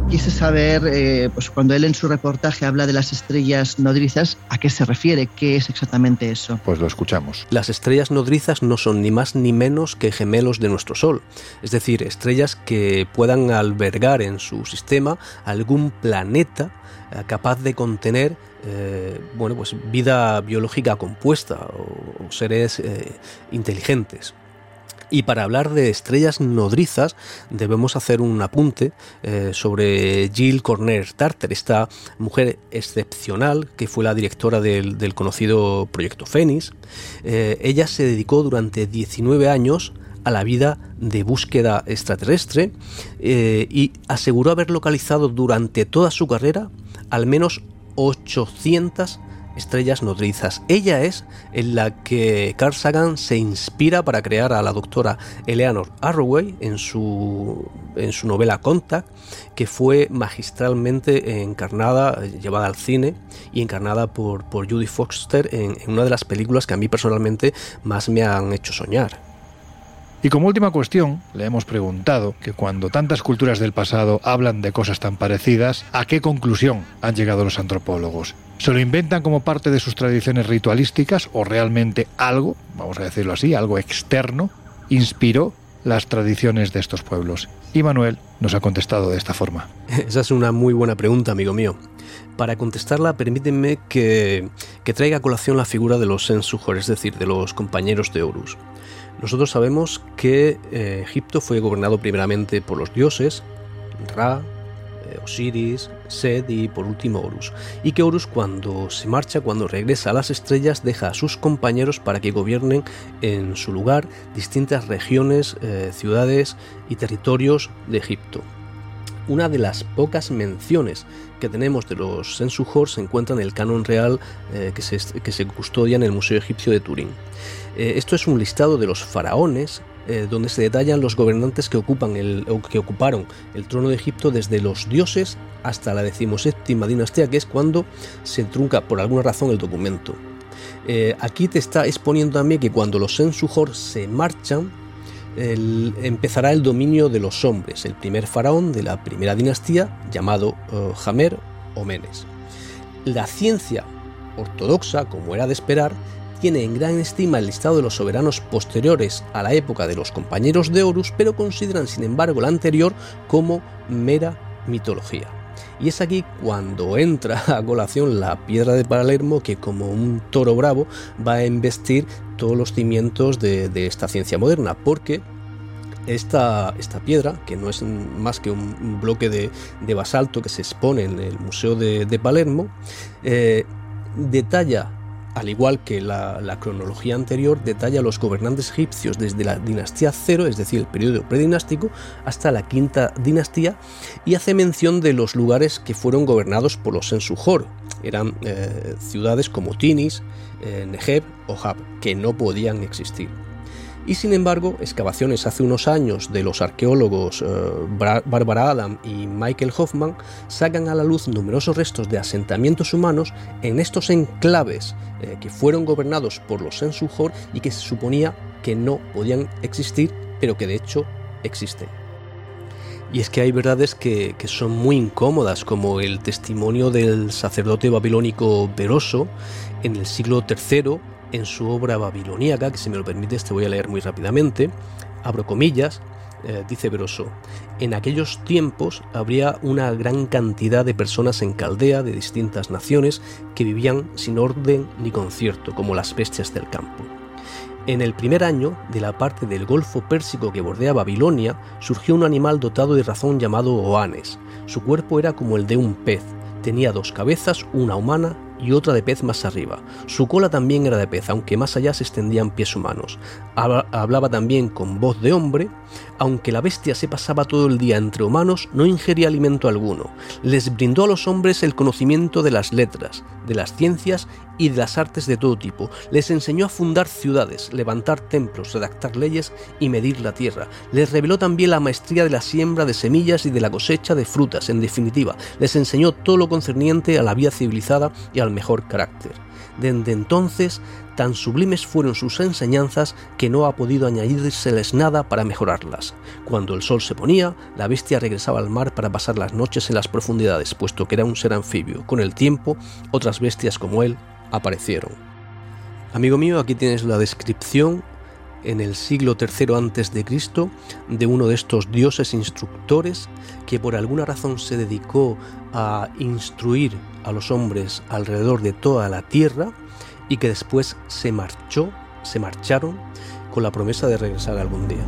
quise saber, eh, pues cuando él en su reportaje habla de las estrellas nodrizas, ¿a qué se refiere? ¿Qué es exactamente eso? Pues lo escuchamos. Las estrellas nodrizas no son ni más ni menos que gemelos de nuestro Sol, es decir, estrellas que puedan albergar en su sistema algún planeta eh, capaz de contener eh, bueno, pues vida biológica compuesta o, o seres eh, inteligentes. Y para hablar de estrellas nodrizas debemos hacer un apunte eh, sobre Jill Corner Tarter, esta mujer excepcional que fue la directora del, del conocido Proyecto Fénix. Eh, ella se dedicó durante diecinueve años a la vida de búsqueda extraterrestre eh, y aseguró haber localizado durante toda su carrera al menos ochocientas estrellas nodrizas. Ella es en la que Carl Sagan se inspira para crear a la doctora Eleanor Arroway en su, en su novela Contact, que fue magistralmente encarnada, llevada al cine y encarnada por, por Judy Foster en, en una de las películas que a mí personalmente más me han hecho soñar. Y como última cuestión, le hemos preguntado que cuando tantas culturas del pasado hablan de cosas tan parecidas, ¿a qué conclusión han llegado los antropólogos? ¿Se lo inventan como parte de sus tradiciones ritualísticas o realmente algo, vamos a decirlo así, algo externo, inspiró las tradiciones de estos pueblos? Y Manuel nos ha contestado de esta forma. Esa es una muy buena pregunta, amigo mío. Para contestarla, permítanme que, que traiga a colación la figura de los Sensujor, es decir, de los compañeros de Horus. Nosotros sabemos que eh, Egipto fue gobernado primeramente por los dioses, Ra, eh, Osiris, Set y por último Horus, y que Horus cuando se marcha, cuando regresa a las estrellas, deja a sus compañeros para que gobiernen en su lugar distintas regiones, eh, ciudades y territorios de Egipto. Una de las pocas menciones que tenemos de los Sensujor se encuentra en el canon real eh, que, se, que se custodia en el Museo Egipcio de Turín. Eh, esto es un listado de los faraones eh, donde se detallan los gobernantes que, ocupan el, o que ocuparon el trono de Egipto desde los dioses hasta la decimoséptima dinastía, que es cuando se trunca por alguna razón el documento. Eh, aquí te está exponiendo también que cuando los Sensujor se marchan, El, empezará el dominio de los hombres, el primer faraón de la primera dinastía llamado uh, Jamer o Menes. La ciencia ortodoxa, como era de esperar, tiene en gran estima el listado de los soberanos posteriores a la época de los compañeros de Horus, pero consideran sin embargo la anterior como mera mitología. Y es aquí cuando entra a colación la piedra de Palermo, que como un toro bravo va a embestir todos los cimientos de, de esta ciencia moderna, porque esta, esta piedra, que no es más que un, un bloque de, de basalto que se expone en el Museo de, de Palermo, eh, detalla, al igual que la, la cronología anterior, detalla a los gobernantes egipcios desde la dinastía cero, es decir, el periodo predinástico, hasta la quinta dinastía, y hace mención de los lugares que fueron gobernados por los Sensujor. Eran eh, ciudades como Tinis, eh, Negeb o Hab, que no podían existir. Y sin embargo, excavaciones hace unos años de los arqueólogos eh, Barbara Adam y Michael Hoffman sacan a la luz numerosos restos de asentamientos humanos en estos enclaves eh, que fueron gobernados por los Sensujor y que se suponía que no podían existir, pero que de hecho existen. Y es que hay verdades que, que son muy incómodas, como el testimonio del sacerdote babilónico Beroso en el siglo tercero, en su obra babiloníaca, que si me lo permites te voy a leer muy rápidamente, abro comillas, eh, dice Beroso: en aquellos tiempos habría una gran cantidad de personas en Caldea de distintas naciones que vivían sin orden ni concierto, como las bestias del campo. En el primer año de la parte del Golfo Pérsico que bordea Babilonia, surgió un animal dotado de razón llamado Oanes. Su cuerpo era como el de un pez, tenía dos cabezas, una humana y otra de pez más arriba. Su cola también era de pez, aunque más allá se extendían pies humanos. Hablaba también con voz de hombre. Aunque la bestia se pasaba todo el día entre humanos, no ingería alimento alguno. Les brindó a los hombres el conocimiento de las letras, de las ciencias y de las artes de todo tipo. Les enseñó a fundar ciudades, levantar templos, redactar leyes y medir la tierra. Les reveló también la maestría de la siembra de semillas y de la cosecha de frutas. En definitiva, les enseñó todo lo concerniente a la vida civilizada y al mejor carácter. Desde entonces, tan sublimes fueron sus enseñanzas que no ha podido añadírseles nada para mejorarlas. Cuando el sol se ponía, la bestia regresaba al mar para pasar las noches en las profundidades, puesto que era un ser anfibio. Con el tiempo, otras bestias como él aparecieron. Amigo mío, aquí tienes la descripción en el siglo tercero antes de Cristo de uno de estos dioses instructores que por alguna razón se dedicó a instruir a los hombres alrededor de toda la tierra y que después se marchó, se marcharon con la promesa de regresar algún día.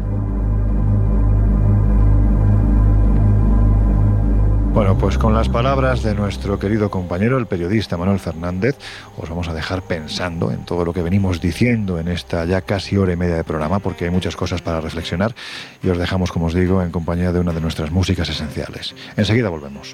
Bueno, pues con las palabras de nuestro querido compañero, el periodista Manuel Fernández, os vamos a dejar pensando en todo lo que venimos diciendo en esta ya casi hora y media de programa, porque hay muchas cosas para reflexionar, y os dejamos, como os digo, en compañía de una de nuestras músicas esenciales. Enseguida volvemos.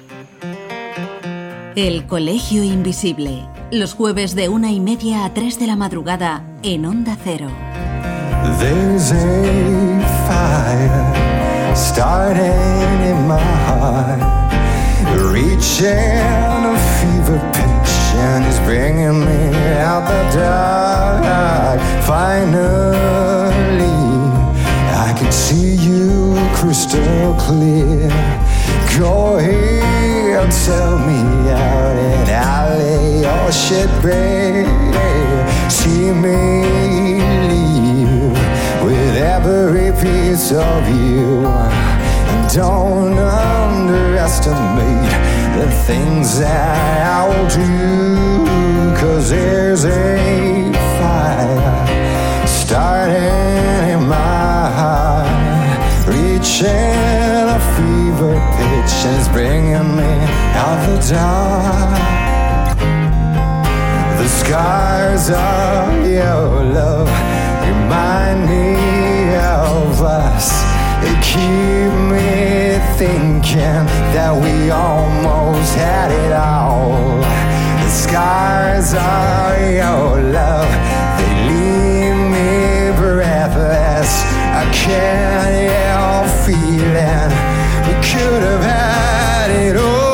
El Colegio Invisible, los jueves de una y media a tres de la madrugada en Onda Cero. There's a fire starting in my heart, reaching a fever pitch and it's bringing me out the dark. Finally, I can see you crystal clear. Go ahead, tell me out and I'll lay your shit bare. See me leave with every piece of you. And don't underestimate the things that I'll do, 'cause there's a fire starting in my heart, reaching a fever pitch and it's bringing me out the dark. The scars of your love remind me of us. They keep me thinking that we almost had it all. The scars of your love, they leave me breathless. I can't help feeling we could have had it all.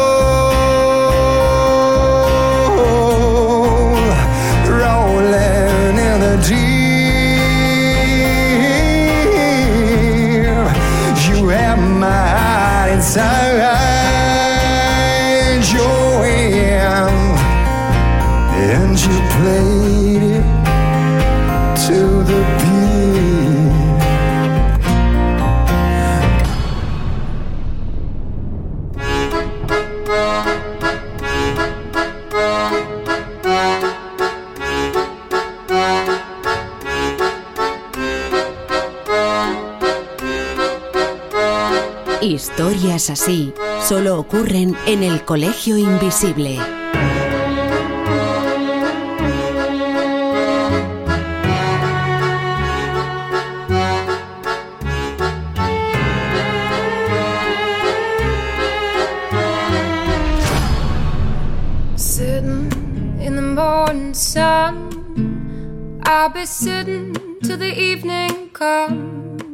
Rolling in the deep, my heart inside your hand, and you played it to the beat. Historias así solo ocurren en el Colegio Invisible. Sitting in the morning sun, I'll be sitting till the evening comes.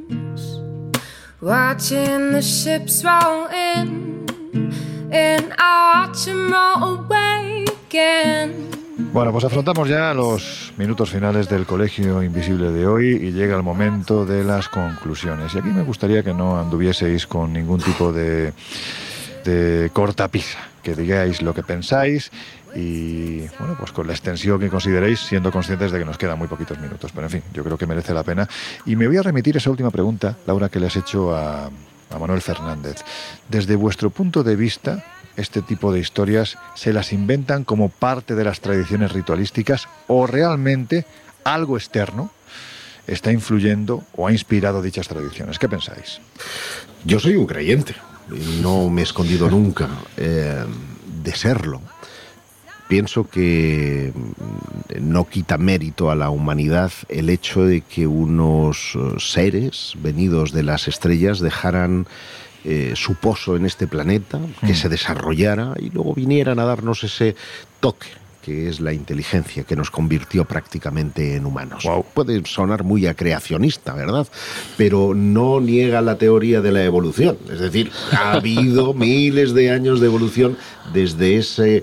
Watching the ships roll in, and I watch them roll away again. Bueno, pues afrontamos ya los minutos finales del Colegio Invisible de hoy y llega el momento de las conclusiones. Y aquí me gustaría que no anduvieseis con ningún tipo de, de cortapisa, que digáis lo que pensáis y, bueno, pues con la extensión que consideréis, siendo conscientes de que nos quedan muy poquitos minutos. Pero, en fin, yo creo que merece la pena. Y me voy a remitir esa última pregunta, Laura, que le has hecho a, a Manuel Fernández. Desde vuestro punto de vista, ¿este tipo de historias se las inventan como parte de las tradiciones ritualísticas o realmente algo externo está influyendo o ha inspirado dichas tradiciones? ¿Qué pensáis? Yo soy un creyente, no me he escondido nunca eh, de serlo. Pienso que no quita mérito a la humanidad el hecho de que unos seres venidos de las estrellas dejaran eh, su pozo en este planeta, que mm. se desarrollara y luego vinieran a darnos ese toque que es la inteligencia que nos convirtió prácticamente en humanos. Wow. Puede sonar muy a creacionista, ¿verdad? Pero no niega la teoría de la evolución. Es decir, ha habido miles de años de evolución desde ese,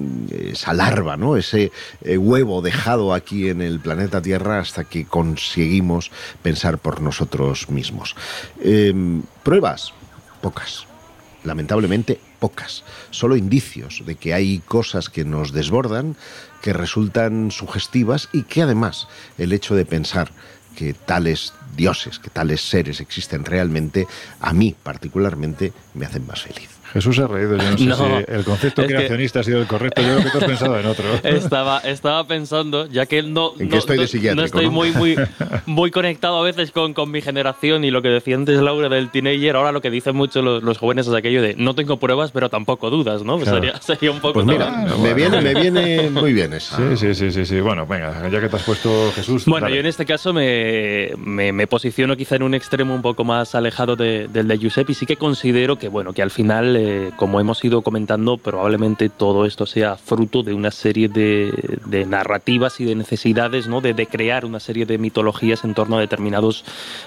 esa larva, ¿no? Ese eh, huevo dejado aquí en el planeta Tierra hasta que conseguimos pensar por nosotros mismos. Eh, pruebas, pocas. Lamentablemente, pocas. Solo indicios de que hay cosas que nos desbordan, que resultan sugestivas y que además el hecho de pensar que tales dioses, que tales seres existen realmente, a mí particularmente me hacen más feliz. Jesús se ha reído, yo no sé No, si el concepto creacionista que ha sido el correcto, yo creo que tú has pensado en otro. Estaba, estaba pensando, ya que no, ¿En no, qué estoy de no- psiquiátrico, no estoy no? muy, muy, muy conectado a veces con, con mi generación y lo que decía antes Laura del teenager, ahora lo que dicen mucho los, los jóvenes es aquello de no tengo pruebas, pero tampoco dudas, ¿no? Pues Claro. sería, sería un poco... Pues mira, también. Ah, me, bueno. viene, me viene muy bien esa. Sí, sí, sí, sí, sí. Bueno, venga, ya que te has puesto Jesús. Bueno, dale. yo en este caso me, me, me posiciono quizá en un extremo un poco más alejado de- del de Giuseppe y sí que considero que, bueno, que al final, eh, como hemos ido comentando, probablemente todo esto sea fruto de una serie de, de narrativas y de necesidades, ¿no? De, de crear una serie de mitologías en torno a determinados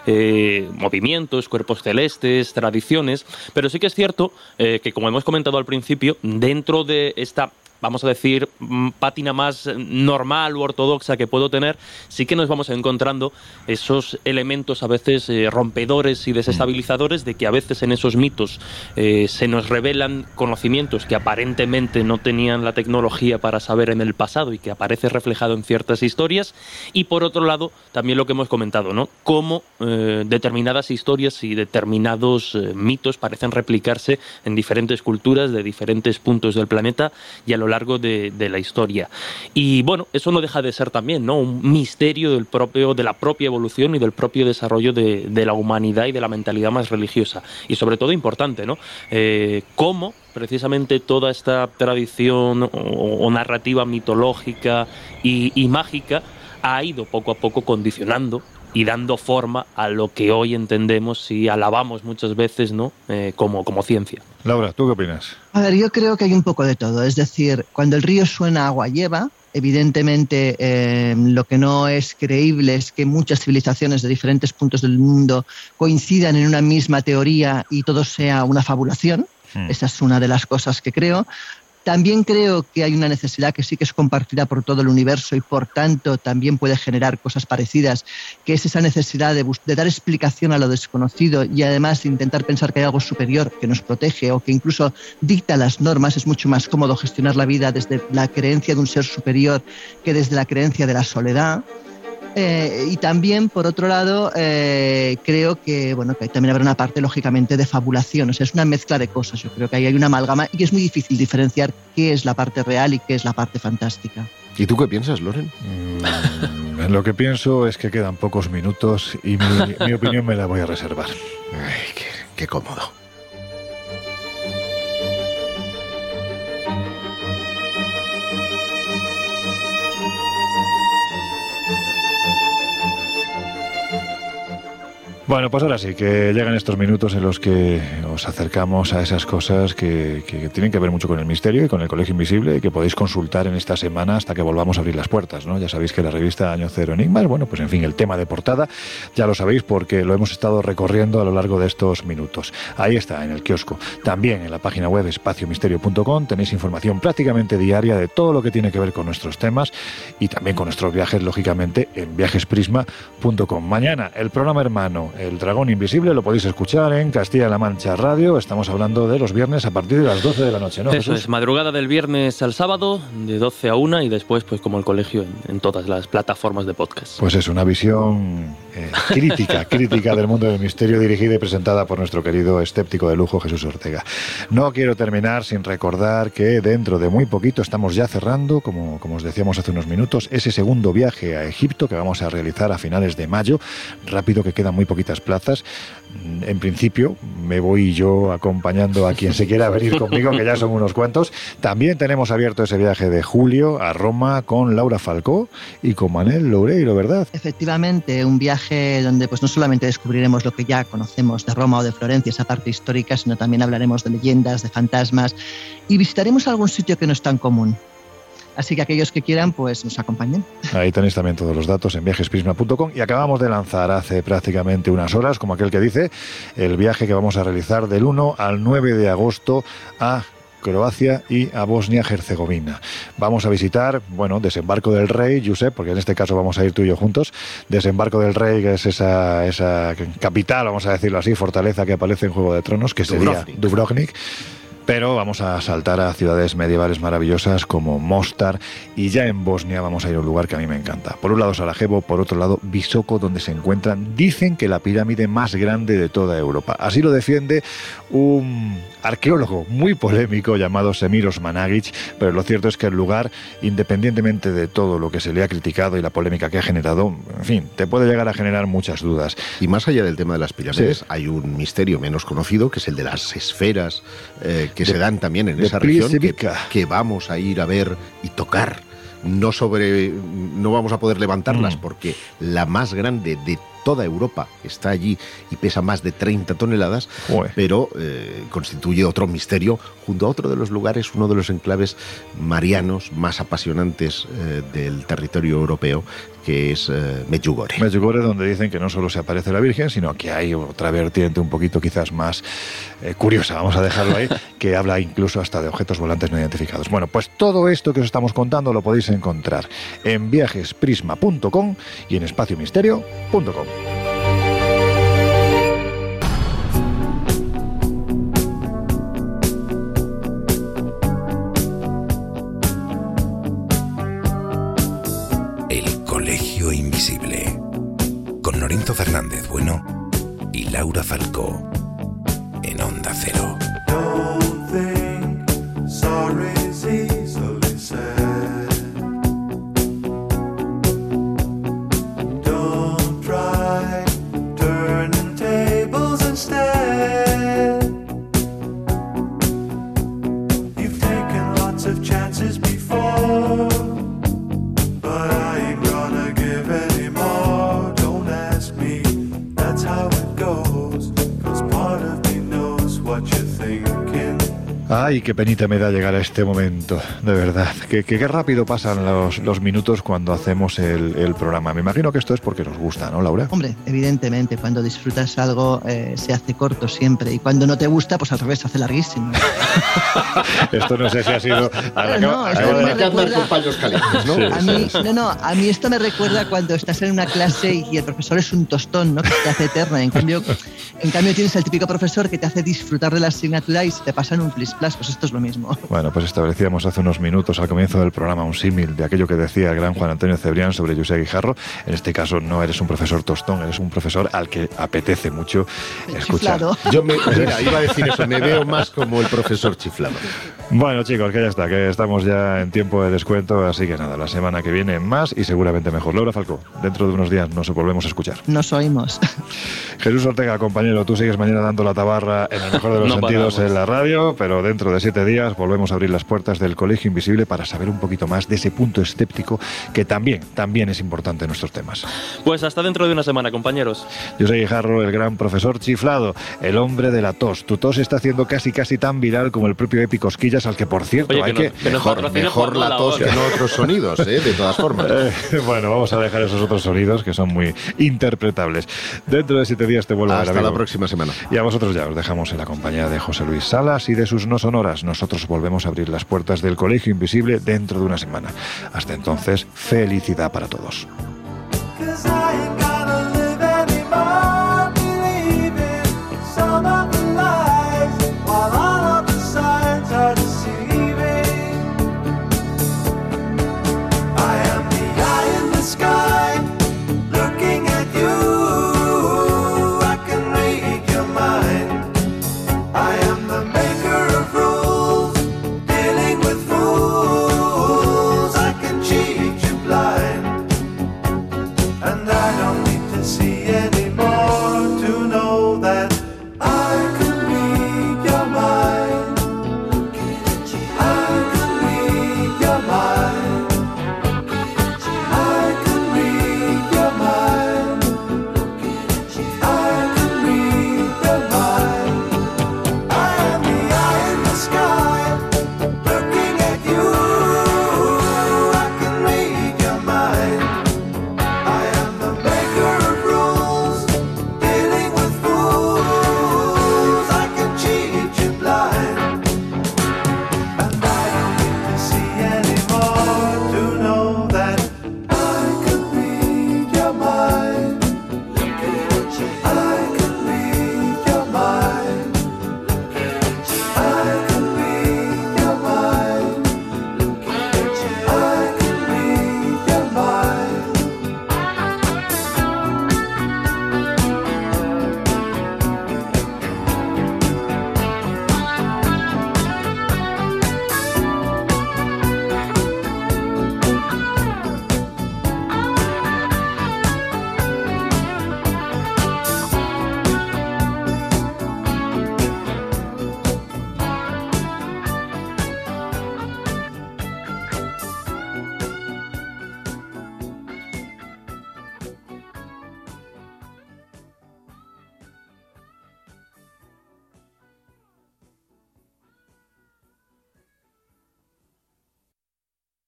eh, movimientos, cuerpos celestes, tradiciones, pero sí que es cierto eh, que, como hemos comentado al principio, dentro de esta, vamos a decir, mm, pátina más normal u ortodoxa que puedo tener, sí que nos vamos encontrando esos elementos a veces eh, rompedores y desestabilizadores de que a veces en esos mitos eh, se nos revelan conocimientos que aparentemente no tenían la tecnología para saber en el pasado y que aparece reflejado en ciertas historias, y por otro lado también lo que hemos comentado, ¿no? Cómo eh, determinadas historias y determinados eh, mitos parecen replicarse en diferentes culturas de diferentes puntos del planeta y a lo largo de, de la historia. Y bueno, eso no deja de ser también, ¿no? Un misterio del propio, de la propia evolución y del propio desarrollo de, de la humanidad y de la mentalidad más religiosa. Y sobre todo importante, ¿no? Eh, cómo precisamente toda esta tradición o, o narrativa mitológica y, y mágica ha ido poco a poco condicionando y dando forma a lo que hoy entendemos y alabamos muchas veces, ¿no? Eh, como, como ciencia. Laura, ¿tú qué opinas? A ver, yo creo que hay un poco de todo. Es decir, cuando el río suena, agua lleva. Evidentemente, eh, lo que no es creíble es que muchas civilizaciones de diferentes puntos del mundo coincidan en una misma teoría y todo sea una fabulación. Hmm. Esa es una de las cosas que creo. También creo que hay una necesidad que sí que es compartida por todo el universo y por tanto también puede generar cosas parecidas, que es esa necesidad de, de dar explicación a lo desconocido y además intentar pensar que hay algo superior que nos protege o que incluso dicta las normas. Es mucho más cómodo gestionar la vida desde la creencia de un ser superior que desde la creencia de la soledad. Eh, y también, por otro lado, eh, creo que, bueno, que también habrá una parte, lógicamente, de fabulación. O sea, es una mezcla de cosas. Yo creo que ahí hay una amalgama y que es muy difícil diferenciar qué es la parte real y qué es la parte fantástica. ¿Y tú qué piensas, Loren? Mm, lo que pienso es que quedan pocos minutos y mi, mi opinión me la voy a reservar. Ay, qué, qué cómodo. Bueno, pues ahora sí, que llegan estos minutos en los que os acercamos a esas cosas que, que tienen que ver mucho con el misterio y con el Colegio Invisible y que podéis consultar en esta semana hasta que volvamos a abrir las puertas, ¿no? Ya sabéis que la revista Año Cero Enigmas, bueno, pues en fin, el tema de portada ya lo sabéis porque lo hemos estado recorriendo a lo largo de estos minutos. Ahí está, en el kiosco. También en la página web espacio misterio punto com tenéis información prácticamente diaria de todo lo que tiene que ver con nuestros temas y también con nuestros viajes, lógicamente, en viajes prisma punto com. Mañana, el programa hermano El Dragón Invisible, lo podéis escuchar en Castilla-La Mancha Radio. Estamos hablando de los viernes a partir de las doce de la noche, ¿no, Eso Jesús? es, madrugada del viernes al sábado, de doce a una y después, pues como el colegio, en, en todas las plataformas de podcast. Pues es una visión eh, crítica, crítica del mundo del misterio, dirigida y presentada por nuestro querido escéptico de lujo Jesús Ortega. No quiero terminar sin recordar que dentro de muy poquito estamos ya cerrando, como, como os decíamos hace unos minutos, ese segundo viaje a Egipto que vamos a realizar a finales de mayo. Rápido, que quedan muy poquitas plazas. En principio me voy yo acompañando a quien se quiera venir conmigo, que ya son unos cuantos. También tenemos abierto ese viaje de julio a Roma con Laura Falcó y con Manel Loureiro, ¿verdad? Efectivamente, un viaje donde pues no solamente descubriremos lo que ya conocemos de Roma o de Florencia, esa parte histórica, sino también hablaremos de leyendas, de fantasmas y visitaremos algún sitio que no es tan común. Así que aquellos que quieran, pues nos acompañen. Ahí tenéis también todos los datos en viajes prisma punto com y acabamos de lanzar hace prácticamente unas horas, como aquel que dice, el viaje que vamos a realizar del uno al nueve de agosto a Croacia y a Bosnia-Herzegovina. Vamos a visitar, bueno, Desembarco del Rey, Josep, porque en este caso vamos a ir tú y yo juntos. Desembarco del Rey, que es esa, esa capital, vamos a decirlo así, fortaleza que aparece en Juego de Tronos, que sería Dubrovnik. Dubrovnik. Pero vamos a saltar a ciudades medievales maravillosas como Mostar, y ya en Bosnia vamos a ir a un lugar que a mí me encanta. Por un lado Sarajevo, por otro lado Visoko, donde se encuentran, dicen que la pirámide más grande de toda Europa. Así lo defiende un arqueólogo muy polémico llamado Semir Osmanagic, pero lo cierto es que el lugar, independientemente de todo lo que se le ha criticado y la polémica que ha generado, en fin, te puede llegar a generar muchas dudas. Y más allá del tema de las pirámides, Sí. hay un misterio menos conocido, que es el de las esferas, eh, que De- se dan también en de esa región, que, Plisevica. que vamos a ir a ver y tocar. No sobre, no vamos a poder levantarlas Mm. porque la más grande de toda Europa está allí y pesa más de treinta toneladas, Joder. pero eh, constituye otro misterio junto a otro de los lugares, uno de los enclaves marianos más apasionantes eh, del territorio europeo, que es eh, Medjugorje. Medjugorje, donde dicen que no solo se aparece la Virgen, sino que hay otra vertiente un poquito quizás más eh, curiosa, vamos a dejarlo ahí, que habla incluso hasta de objetos volantes no identificados. Bueno, pues todo esto que os estamos contando lo podéis encontrar en viajes prisma punto com y en espacio misterio punto com. El Colegio Invisible, con Lorenzo Fernández Bueno y Laura Falcó, en Onda Cero. Don't think sorry's easily said. Don't try turning tables instead. You've taken lots of chances before, but I ain't gonna give any more. Don't ask me, that's how it goes, 'cause part of me knows what you're thinking. Ay, qué penita me da llegar a este momento, de verdad. Que, que, qué rápido pasan los, los minutos cuando hacemos el, el programa. Me imagino que esto es porque nos gusta, ¿no, Laura? Hombre, evidentemente, cuando disfrutas algo eh, se hace corto siempre, y cuando no te gusta, pues al revés, se hace larguísimo. Esto no sé si ha sido... Claro, no, esto acabo de- me Hay que andar recuerda- con paños calientes, ¿no? Sí. A mí, no, no, a mí esto me recuerda cuando estás en una clase y el profesor es un tostón, ¿no? Que te hace eterna. En cambio, en cambio tienes el típico profesor que te hace disfrutar de la asignatura y se te pasan un plis-plas. Pues esto es lo mismo. Bueno, pues establecíamos hace unos minutos al comienzo del programa un símil de aquello que decía el gran Juan Antonio Cebrián sobre José Guijarro. En este caso no eres un profesor tostón, eres un profesor al que apetece mucho escuchar. Chiflado. Yo me, mira, iba a decir eso, me veo más como el profesor chiflado. Bueno, chicos, que ya está, que estamos ya en tiempo de descuento, así que nada, la semana que viene más y seguramente mejor. Laura Falcó, dentro de unos días nos volvemos a escuchar. Nos oímos. Jesús Ortega, compañero, tú sigues mañana dando la tabarra en el mejor de los No sentidos paramos. en la radio, pero dentro de siete días volvemos a abrir las puertas del Colegio Invisible para saber un poquito más de ese punto escéptico que también, también es importante en nuestros temas. Pues hasta dentro de una semana, compañeros. Yo soy Guijarro, el gran profesor chiflado, el hombre de la tos. Tu tos está haciendo casi casi tan viral como el propio Epi Cosquillas, al que por cierto Oye, hay que que... nos- que nos Mejor, patrocine mejor Juan la Lola, tos que ahora. no otros sonidos, ¿eh? De todas formas. Eh, bueno, vamos a dejar esos otros sonidos que son muy interpretables. Dentro de siete días te vuelvo a ver, Hasta la amigo. próxima semana. Y a vosotros ya os dejamos en la compañía de José Luis Salas y de sus no sonoras. Nosotros volvemos a abrir las puertas del Colegio Invisible dentro de una semana. Hasta entonces, felicidad para todos. 'Cause I ain't